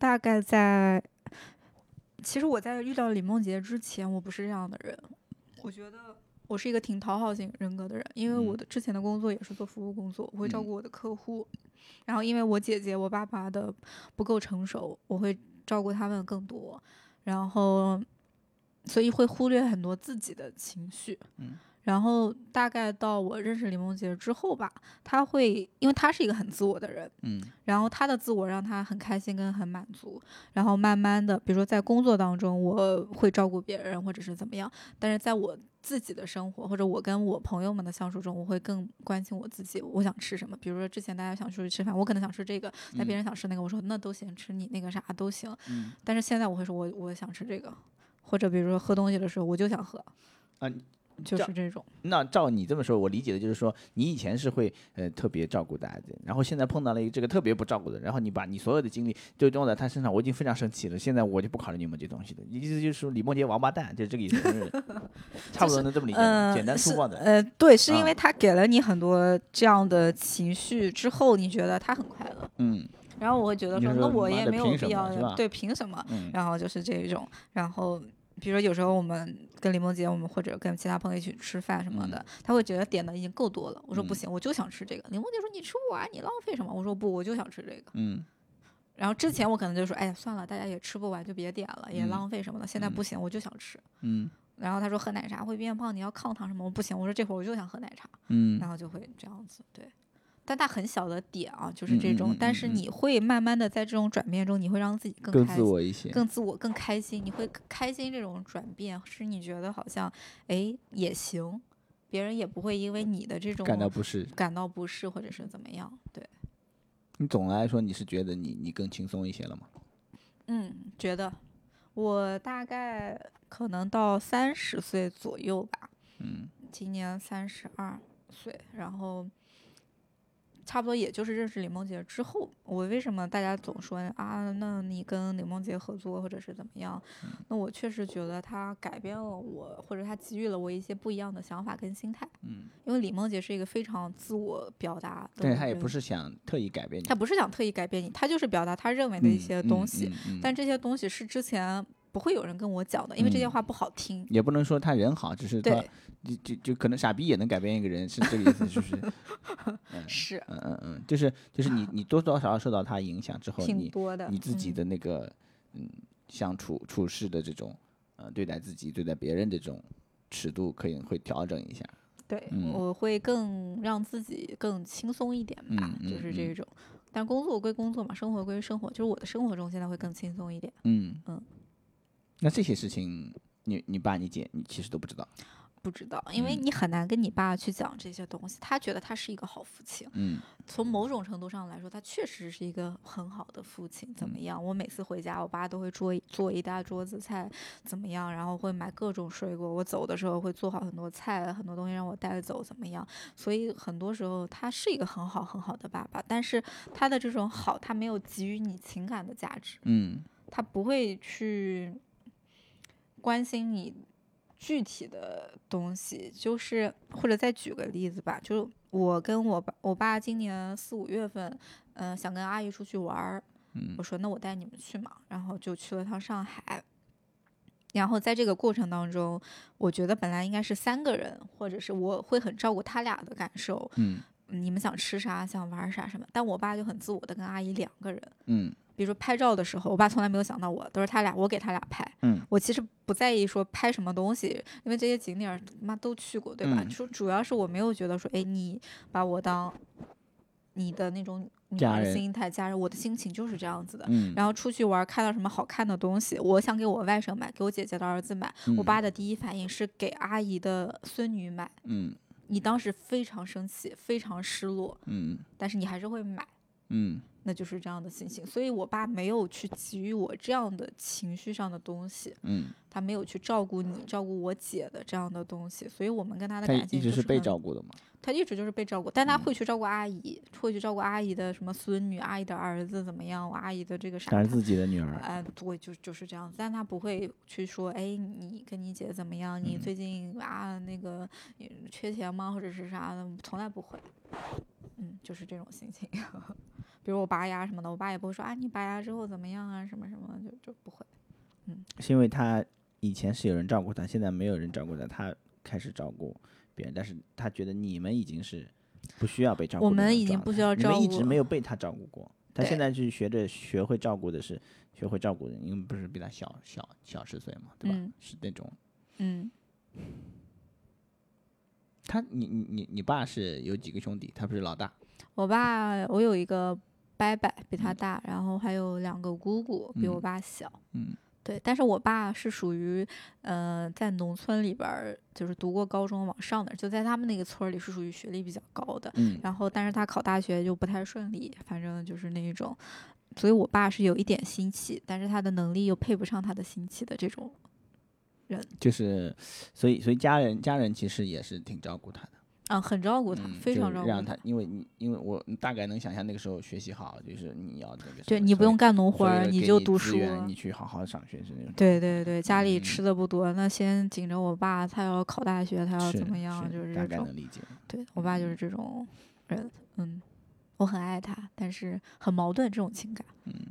我在遇到李梦洁之前，我不是这样的人。我觉得我是一个挺讨好型人格的人，因为我的之前的工作也是做服务工作，我会照顾我的客户。然后因为我姐姐我爸爸的不够成熟，我会照顾他们更多，然后所以会忽略很多自己的情绪。然后大概到我认识李梦洁之后吧，因为他是一个很自我的人，然后他的自我让他很开心跟很满足，然后慢慢的，比如说在工作当中我会照顾别人或者是怎么样，但是在我自己的生活或者我跟我朋友们的相处中，我会更关心我自己，我想吃什么。比如说之前大家想出去吃饭，我可能想吃这个，那别人想吃那个，我说那都行，吃你那个啥都行。但是现在我会说我想吃这个，或者比如说喝东西的时候我就想喝。 就是这种。 那照你这么说，我理解的就是说，你以前是会特别照顾大家的，然后现在碰到了一个这个特别不照顾的，然后你把你所有的精力就用在他身上，我已经非常生气了。现在我就不考虑你们这东西的，意思就是说李梦洁王八蛋，就是这个意思，差不多能这么理解，简单粗暴的。 对，是因为他给了你很多这样的情绪之后，你觉得他很快乐。然后我会觉得说，那我也没有必要，对，凭什么？然后就是这种，然后。比如说有时候我们跟李梦洁，我们或者跟其他朋友一起吃饭什么的，他会觉得点的已经够多了。我说不行，我就想吃这个。李梦洁说你吃不完，你浪费什么？我说不，我就想吃这个。然后之前我可能就说，哎呀算了，大家也吃不完就别点了，也浪费什么的。现在不行，我就想吃。然后他说喝奶茶会变胖，你要抗糖什么？我不行，我说这会儿我就想喝奶茶。然后就会这样子，对。但它很小的点啊，就是这种，但是你会慢慢的在这种转变中，你会让自己更自我一些， 更自我，更开心。你会开心这种转变，使你觉得好像，哎，也行，别人也不会因为你的这种感到不适，或者是怎么样。对。 你总的来说，你是觉得你更轻松一些了吗？ 觉得，我大概可能到30岁左右吧。今年32岁，然后。差不多也就是认识李梦洁之后，我为什么大家总说啊，那你跟李梦洁合作或者是怎么样？那我确实觉得他改变了我，或者他给予了我一些不一样的想法跟心态。因为李梦洁是一个非常自我表达的， 但是他也不是想特意改变你， 他不是想特意改变你，他就是表达他认为的一些东西，但这些东西是之前不会有人跟我讲的，因为这些话不好听。 也不能说他人好，只是他就可能傻逼也能改变一个人，是这个意思，是不是？ 是， 就是你多多少少受到他影响之后， 挺多的， 你自己的那个相处事的这种对待自己对待别人这种尺度可以会调整一下。 对，我会更让自己更轻松一点吧，就是这种。但工作归工作嘛，生活归生活，就是我的生活中现在会更轻松一点。 那这些事情，你爸你姐你其实都不知道。 不知道，因为你很难跟你爸去讲这些东西。他觉得他是一个好父亲，从某种程度上来说，他确实是一个很好的父亲。怎么样？我每次回家，我爸都会做一大桌子菜，怎么样？然后会买各种水果。我走的时候会做好很多菜，很多东西让我带走，怎么样？所以很多时候他是一个很好很好的爸爸，但是他的这种好，他没有给予你情感的价值。他不会去关心你具体的东西，就是或者再举个例子吧，就是我跟我爸今年4、5月份，想跟阿姨出去玩，我说那我带你们去嘛，然后就去了趟上海。然后在这个过程当中，我觉得本来应该是3个人，或者是我会很照顾他俩的感受，你们想吃啥想玩啥什么，但我爸就很自我的跟阿姨2个人，比如说拍照的时候，我爸从来没有想到我，都是我给他俩拍。我其实不在意说拍什么东西，因为这些景点妈都去过，对吧？说主要是我没有觉得说，哎，你把我当你的那种女儿心态家人，我的心情就是这样子的。然后出去玩，看到什么好看的东西，我想给我外甥买，给我姐姐的儿子买，我爸的第一反应是给阿姨的孙女买。你当时非常生气，非常失落，但是你还是会买。那就是这样的心情，所以我爸没有去给予我这样的情绪上的东西，他没有去照顾你、照顾我姐的这样的东西，所以我们跟他的感情一直是被照顾的嘛。 他一直就是被照顾，但他会去照顾阿姨，会去照顾阿姨的什么孙女、阿姨的儿子怎么样，我阿姨的这个啥， 但是自己的女儿， 对，就是这样子，但他不会去说，哎，你跟你姐怎么样？你最近那个缺钱吗？或者是啥的，从来不会，就是这种心情。比如我拔牙什么的，我爸也不会说你拔牙之后怎么样啊，什么什么，就不会。 是因为他以前是有人照顾他，现在没有人照顾他，他开始照顾别人，但是他觉得你们已经是不需要被照顾的， 我们已经不需要照顾， 你们一直没有被他照顾过，他现在去学会照顾的是学会照顾人，因为不是比他小10岁嘛，对吧？是那种，你爸是有几个兄弟？他不是老大？ 我有一个伯伯比他大，然后还有2个姑姑比我爸小。对，但是我爸是属于在农村里边就是读过高中往上的，就在他们那个村里是属于学历比较高的。然后但是他考大学就不太顺利，反正就是那种，所以我爸是有一点心气，但是他的能力又配不上他的心气的这种人。 就是所以家人其实也是挺照顾他的。 很照顾他，非常照顾让他，因为我大概能想象那个时候学习好，就是你要那个， 对你不用干农活，你就读书， 你去好好上学是那种。 对对对，家里吃的不多，那先紧着我爸，他要考大学，他要怎么样，就是这种。 大概能理解。 对我爸就是这种人，我很爱他，但是很矛盾这种情感。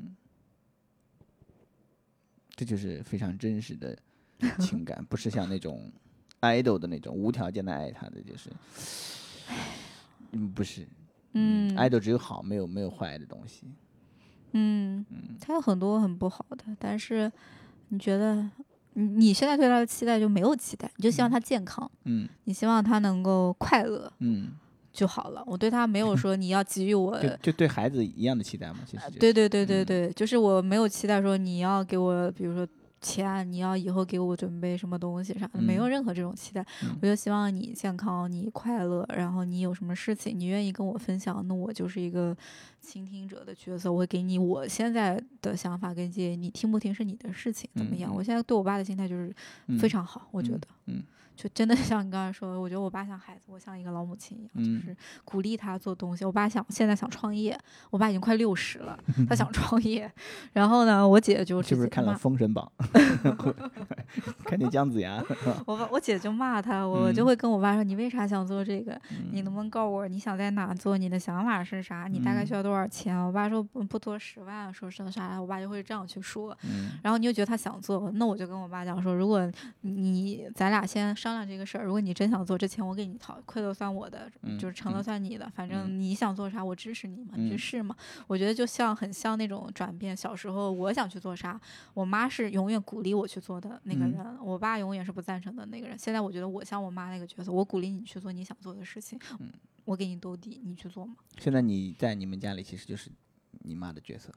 这就是非常真实的情感，不是像那种idol 的那种无条件的爱他的，就是，不是，idol 只有好，没有坏的东西。 他有很多很不好的，但是你觉得你现在对他的期待就没有期待，你就希望他健康，你希望他能够快乐，就好了。我对他没有说你要给予我就对孩子一样的期待嘛，其实、 对对对对对，就是我没有期待说你要给我，比如说钱，你要以后给我准备什么东西啥的，没有任何这种期待。我就希望你健康，你快乐，然后你有什么事情，你愿意跟我分享，那我就是一个倾听者的角色，我会给你我现在的想法跟建议，你听不听是你的事情，怎么样？我现在对我爸的心态就是非常好，我觉得。就真的像你刚才说的，我觉得我爸像孩子，我像一个老母亲一样，就是鼓励他做东西。我爸现在想创业，我爸已经快60了，他想创业。然后呢，我姐就是不是看了《封神榜》看见姜子牙， 我姐就骂他，我就会跟我爸说：“你为啥想做这个？你能不能告诉我你想在哪做？你的想法是啥？你大概需要多少钱？”我爸说不多10万，说是啥，我爸就会这样去说。然后你就觉得他想做，那我就跟我爸讲说：“如果咱俩先商量这个事儿，如果你真想做，这钱我给你掏，亏了算我的，就是成了算你的，反正你想做啥我支持你嘛，你去试嘛。我觉得就很像那种转变，小时候我想去做啥，我妈是永远鼓励我去做的那个人，我爸永远是不赞成的那个人。现在我觉得我像我妈那个角色，我鼓励你去做你想做的事情，我给你兜底，你去做嘛。 现在你在你们家里其实就是你妈的角色，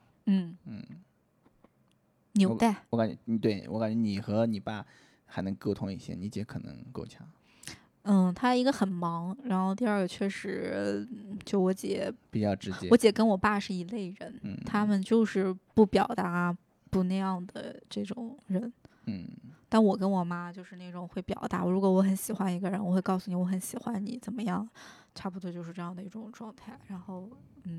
纽带。 我感觉你和你爸还能沟通一些，你姐可能够呛。 她一个很忙，然后第二个确实就我姐比较直接。 我姐跟我爸是一类人，他们就是不表达不那样的这种人。但我跟我妈就是那种会表达，如果我很喜欢一个人，我会告诉你我很喜欢你，怎么样，差不多就是这样的一种状态。然后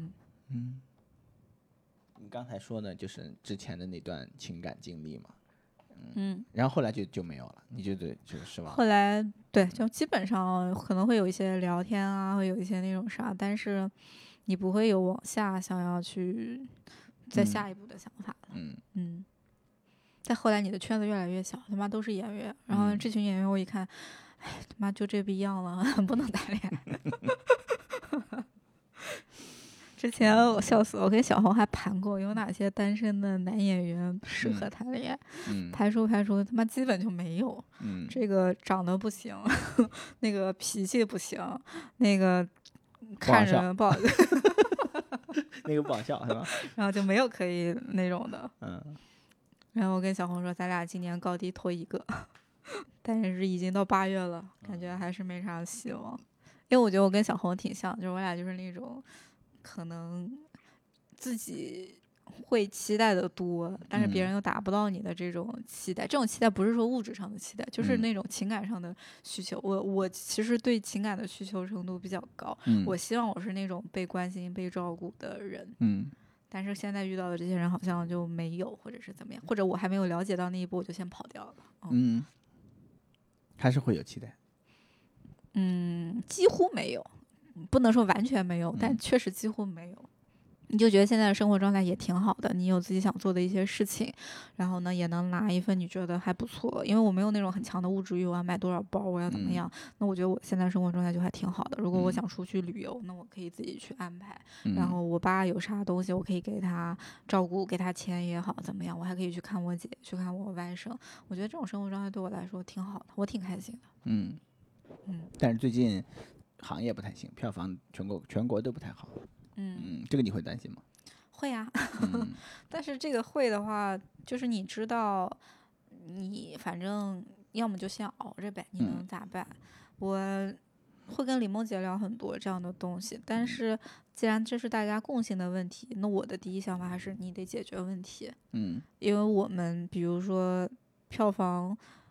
你刚才说的就是之前的那段情感经历嘛。然后后来就没有了，你觉得就失望了？ 后来对，就基本上可能会有一些聊天啊，会有一些那种啥，但是你不会有往下想要去再下一步的想法了。再后来你的圈子越来越小，他妈都是演员，然后这群演员我一看，哎，他妈就这逼样了，不能谈恋爱。之前我笑死我跟小红还盘过有哪些单身的男演员适合谈恋爱，排除他妈基本就没有。这个长得不行，那个脾气不行，那个看着不好那个不好笑是吧？ 然后就没有可以那种的。然后我跟小红说咱俩今年高低拖一个，但是已经到8月了，感觉还是没啥希望。因为我觉得我跟小红挺像，就是我俩就是那种可能自己会期待的多，但是别人又达不到你的这种期待。这种期待不是说物质上的期待，就是那种情感上的需求。我其实对情感的需求程度比较高，我希望我是那种被关心被照顾的人。但是现在遇到的这些人好像就没有，或者是怎么样，或者我还没有了解到那一步我就先跑掉了。 还是会有期待。 几乎没有，不能说完全没有，但确实几乎没有。你就觉得现在的生活状态也挺好的，你有自己想做的一些事情，然后呢也能拿一份你觉得还不错，因为我没有那种很强的物质欲，我要买多少包，我要怎么样，那我觉得我现在生活状态就还挺好的。如果我想出去旅游，那我可以自己去安排，然后我爸有啥东西我可以给他照顾，给他钱也好怎么样，我还可以去看我姐，去看我外甥。我觉得这种生活状态对我来说挺好的，我挺开心的。 但是最近行业不太行，票房全国都不太好。这个你会担心吗？ 会啊。但是这个会的话，就是你知道，你反正要么就先熬着呗，你能咋办？我会跟李梦洁聊很多这样的东西，但是既然这是大家共性的问题，那我的第一想法还是你得解决问题。因为我们比如说票房，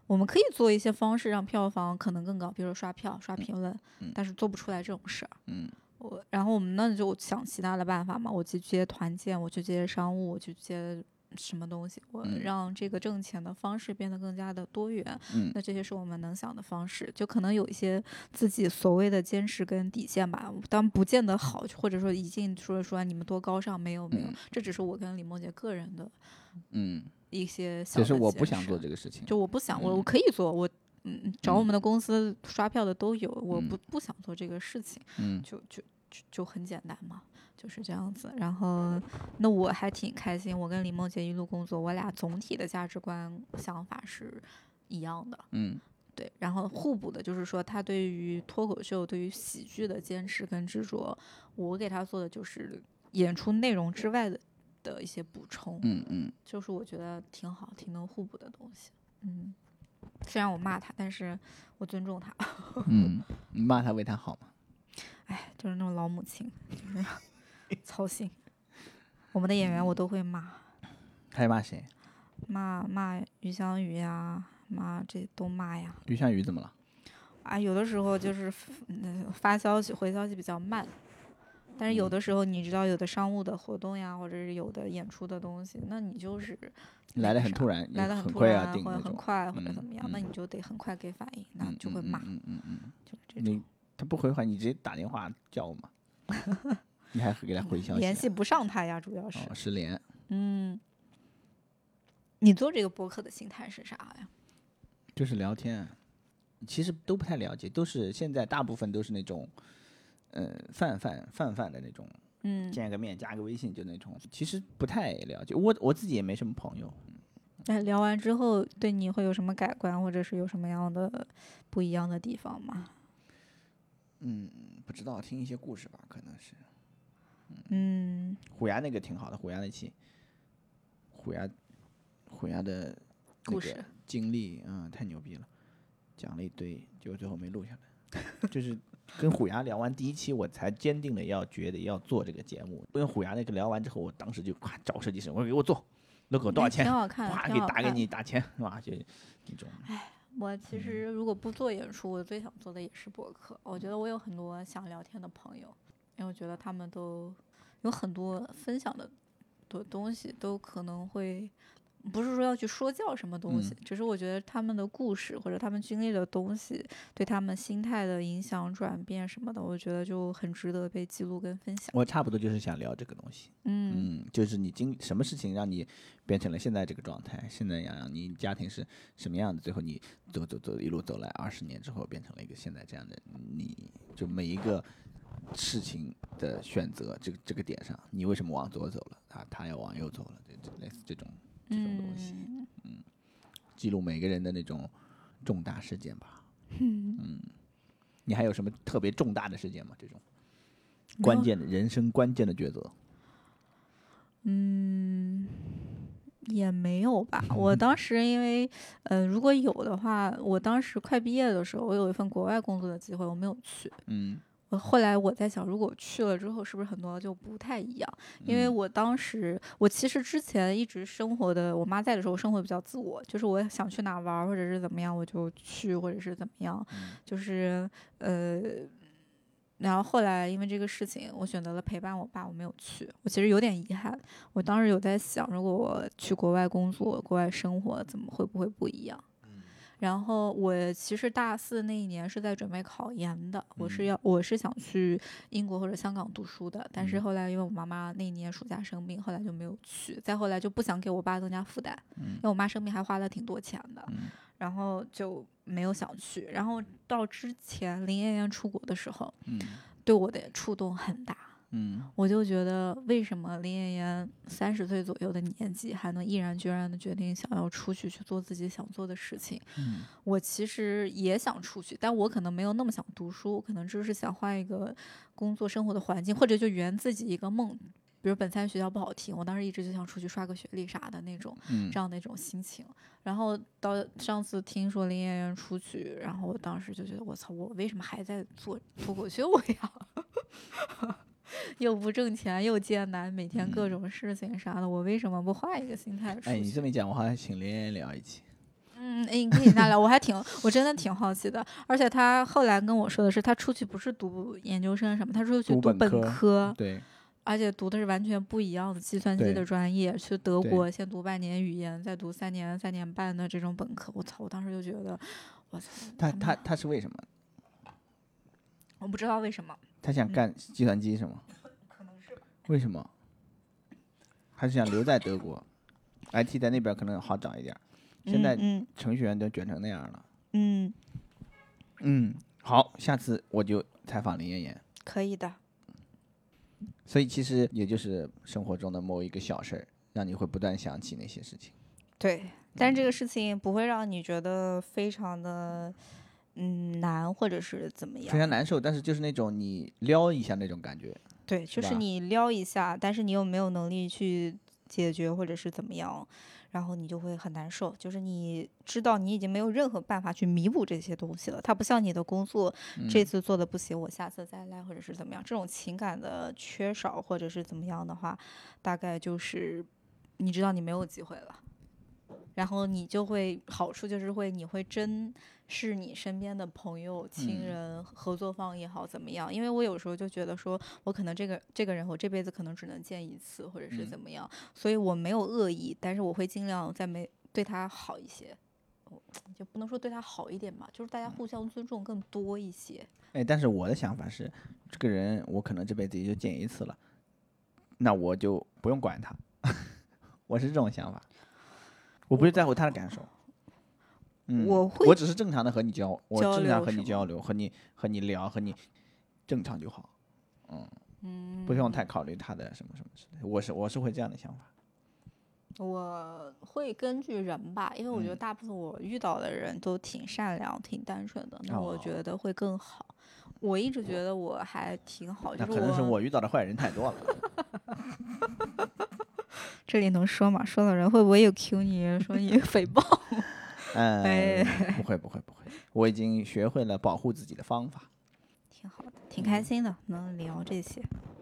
我们可以做一些方式让票房可能更高，比如说刷票、刷评论，但是做不出来这种事儿。然后我们那就想其他的办法嘛，我去接团建，我去接商务，我去接什么东西，我让这个挣钱的方式变得更加的多元。那这些是我们能想的方式，就可能有一些自己所谓的坚持跟底线吧，当不见得好，或者说已经说你们多高尚，没有，这只是我跟李梦洁个人的一些小的坚持。 其实我不想做这个事情， 就我不想，我可以做，我找我们的公司刷票的都有，我不想做这个事情，就很简单嘛，就是这样子。然后那我还挺开心，我跟李梦洁一路工作，我俩总体的价值观想法是一样的，对，然后互补的就是说他对于脱口秀对于喜剧的坚持跟执着，我给他做的就是演出内容之外的一些补充，就是我觉得挺好，挺能互补的东西。虽然我骂他，但是我尊重他。 你骂他为他好吗？ 哎，就是那种老母亲，就是操心。我们的演员我都会骂。 还骂谁？ 骂于香雨呀，骂这都骂呀。 于香雨怎么了？ 啊，有的时候就是发消息回消息比较慢。但是有的时候，你知道，有的商务的活动呀，或者是有的演出的东西，那你就是来得很突然， 来得很突然，或者很快，或者怎么样，那你就得很快给反应，那就会骂。就是这种。 他不回话，你直接打电话叫我嘛。你还给他回消息？ 联系不上他呀，主要是。 失联。 你做这个播客的心态是啥呀？ 就是聊天，其实都不太了解，都是现在大部分都是那种。泛的那种，见个面加个微信就那种，其实不太了解。我自己也没什么朋友。 那聊完之后，对你会有什么改观，或者是有什么样的不一样的地方吗？ 不知道，听一些故事吧，可能是。虎牙那个挺好的，虎牙那期，虎牙的故事经历，太牛逼了，讲了一堆，结果最后没录下来，就是跟虎牙聊完第一期，我才坚定的觉得要做这个节目。跟虎牙那个聊完之后，我当时就找设计师，我说给我做 logo 多少钱？ 挺好看， 哗给你打钱，是吧？就那种。 我其实如果不做演出，我最想做的也是播客。我觉得我有很多想聊天的朋友，因为我觉得他们都有很多分享的东西，都可能会。不是说要去说教什么东西，只是我觉得他们的故事或者他们经历的东西对他们心态的影响转变什么的，我觉得就很值得被记录跟分享。 我差不多就是想聊这个东西。就是你什么事情让你变成了现在这个状态，现在你家庭是什么样的，最后你走一路走来20年之后变成了一个现在这样的你，就每一个事情的选择这个点上，你为什么往左走了，他要往右走了，就类似这种东西。记录每个人的那种重大事件吧。你还有什么特别重大的事件吗？这种人生关键的抉择？ 也没有吧。我当时因为如果有的话，我当时快毕业的时候，我有一份国外工作的机会，我没有去。后来我在想，如果去了之后，是不是很多就不太一样？因为我其实之前一直生活的，我妈在的时候生活比较自我，就是我想去哪玩或者是怎么样，我就去，或者是怎么样，就是然后后来因为这个事情，我选择了陪伴我爸，我没有去。我其实有点遗憾，我当时有在想，如果我去国外工作、国外生活，会不会不一样？然后我其实大4那一年是在准备考研的，我是想去英国或者香港读书的，但是后来因为我妈妈那一年暑假生病，后来就没有去，再后来就不想给我爸增加负担，因为我妈生病还花了挺多钱的，然后就没有想去。然后到之前林妍妍出国的时候，对我的触动很大。我就觉得为什么林妍妍30岁左右的年纪还能毅然决然的决定想要出去去做自己想做的事情。我其实也想出去，但我可能没有那么想读书，可能就是想换一个工作生活的环境，或者就圆自己一个梦。比如本参学校不好听，我当时一直就想出去刷个学历啥的那种，这样的一种心情。然后到上次听说林妍妍出去，然后我当时就觉得我操，我为什么还在做脱口秀呀？又不挣钱又艰难，每天各种事情啥的，我为什么不换一个心态出去？ 你这么一讲，我好像请林妍妍聊一期。 你可以那聊，我真的挺好奇的。而且他后来跟我说的是，他出去不是读研究生什么，他出去读本科， 对， 而且读的是完全不一样的计算机的专业，去德国先读半年语言，再读3年3年半的这种本科。我操！我当时就觉得，我操！ 他是为什么？ 我不知道为什么。 他想干计算机是吗？ 可能是吧。 为什么？还是想留在德国 ？IT 在那边可能好找一点。现在程序员都卷成那样了。好，下次我就采访林妍妍。 可以的。 所以其实也就是生活中的某一个小事儿，让你会不断想起那些事情。 对，但是这个事情不会让你觉得非常的难，或者是怎么样？ 非常难受，但是就是那种你撩一下那种感觉。 对，就是你撩一下，但是你又没有能力去解决，或者是怎么样，然后你就会很难受。就是你知道你已经没有任何办法去弥补这些东西了。它不像你的工作，这次做的不行，我下次再来，或者是怎么样。这种情感的缺少，或者是怎么样的话，大概就是你知道你没有机会了。然后你就会好处就是你会珍视你身边的朋友、亲人、合作方也好怎么样？因为我有时候就觉得说，我可能这个人我这辈子可能只能见一次，或者是怎么样，所以我没有恶意，但是我会尽量对他好一些，就不能说对他好一点吧，就是大家互相尊重更多一些。 但是我的想法是，这个人我可能这辈子也就见一次了，那我就不用管他，我是这种想法。我不是在乎他的感受，我只是正常的和你我正常和你交流，和你聊，和你正常就好，不用太考虑他的什么什么之类的。我是会这样的想法。 我会根据人吧，因为我觉得大部分我遇到的人都挺善良、挺单纯的，那我觉得会更好。我一直觉得我还挺好， 那可能是我遇到的坏人太多了。 这里能说吗？说的人会不会又 Q 你说你诽谤？ 不会，我已经学会了保护自己的方法。 挺好的，挺开心的，能聊这些。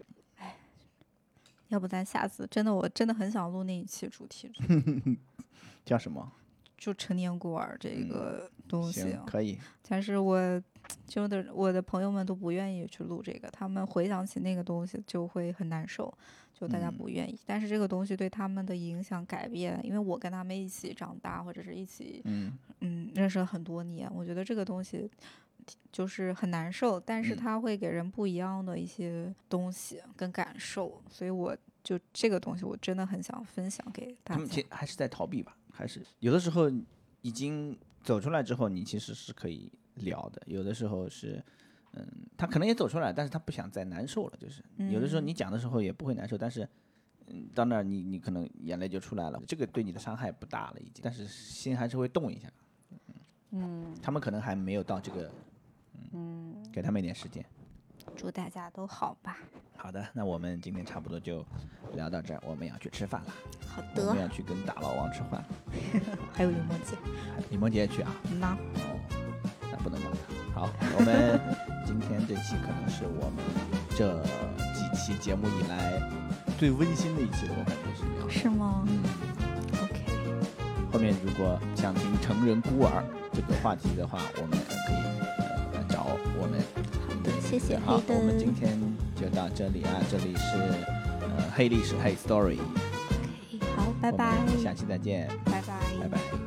要不咱下次我真的很想录那一期主题。 叫什么？ 就成年孤儿这个东西。 行，可以。 但是我的朋友们都不愿意去录这个，他们回想起那个东西就会很难受，就大家不愿意。但是这个东西对他们的影响改变，因为我跟他们一起长大，或者是一起认识了很多年，我觉得这个东西就是很难受，但是它会给人不一样的一些东西跟感受，所以我就这个东西我真的很想分享给大家。 他们其实还是在逃避吧，还是有的时候已经走出来之后，你其实是可以聊的。有的时候是，他可能也走出来，但是他不想再难受了。就是有的时候你讲的时候也不会难受，但是，到那儿你可能眼泪就出来了。这个对你的伤害不大了已经，但是心还是会动一下。他们可能还没有到这个，给他们一点时间。 祝大家都好吧。 好的，那我们今天差不多就聊到这儿，我们要去吃饭了。 好的。 我们要去跟大老王吃饭。 还有李梦洁。 李梦洁去啊？ 那那不能找他。好，我们今天这期可能是我们这几期节目以来最温馨的一期了，我感觉是。 是吗？OK。 后面如果想听成人孤儿这个话题的话，我们可以找我们。 谢谢。 好，我们今天就到这里啊，这里是黑历史黑 story。 好，拜拜。 下期再见。 拜拜。 拜拜。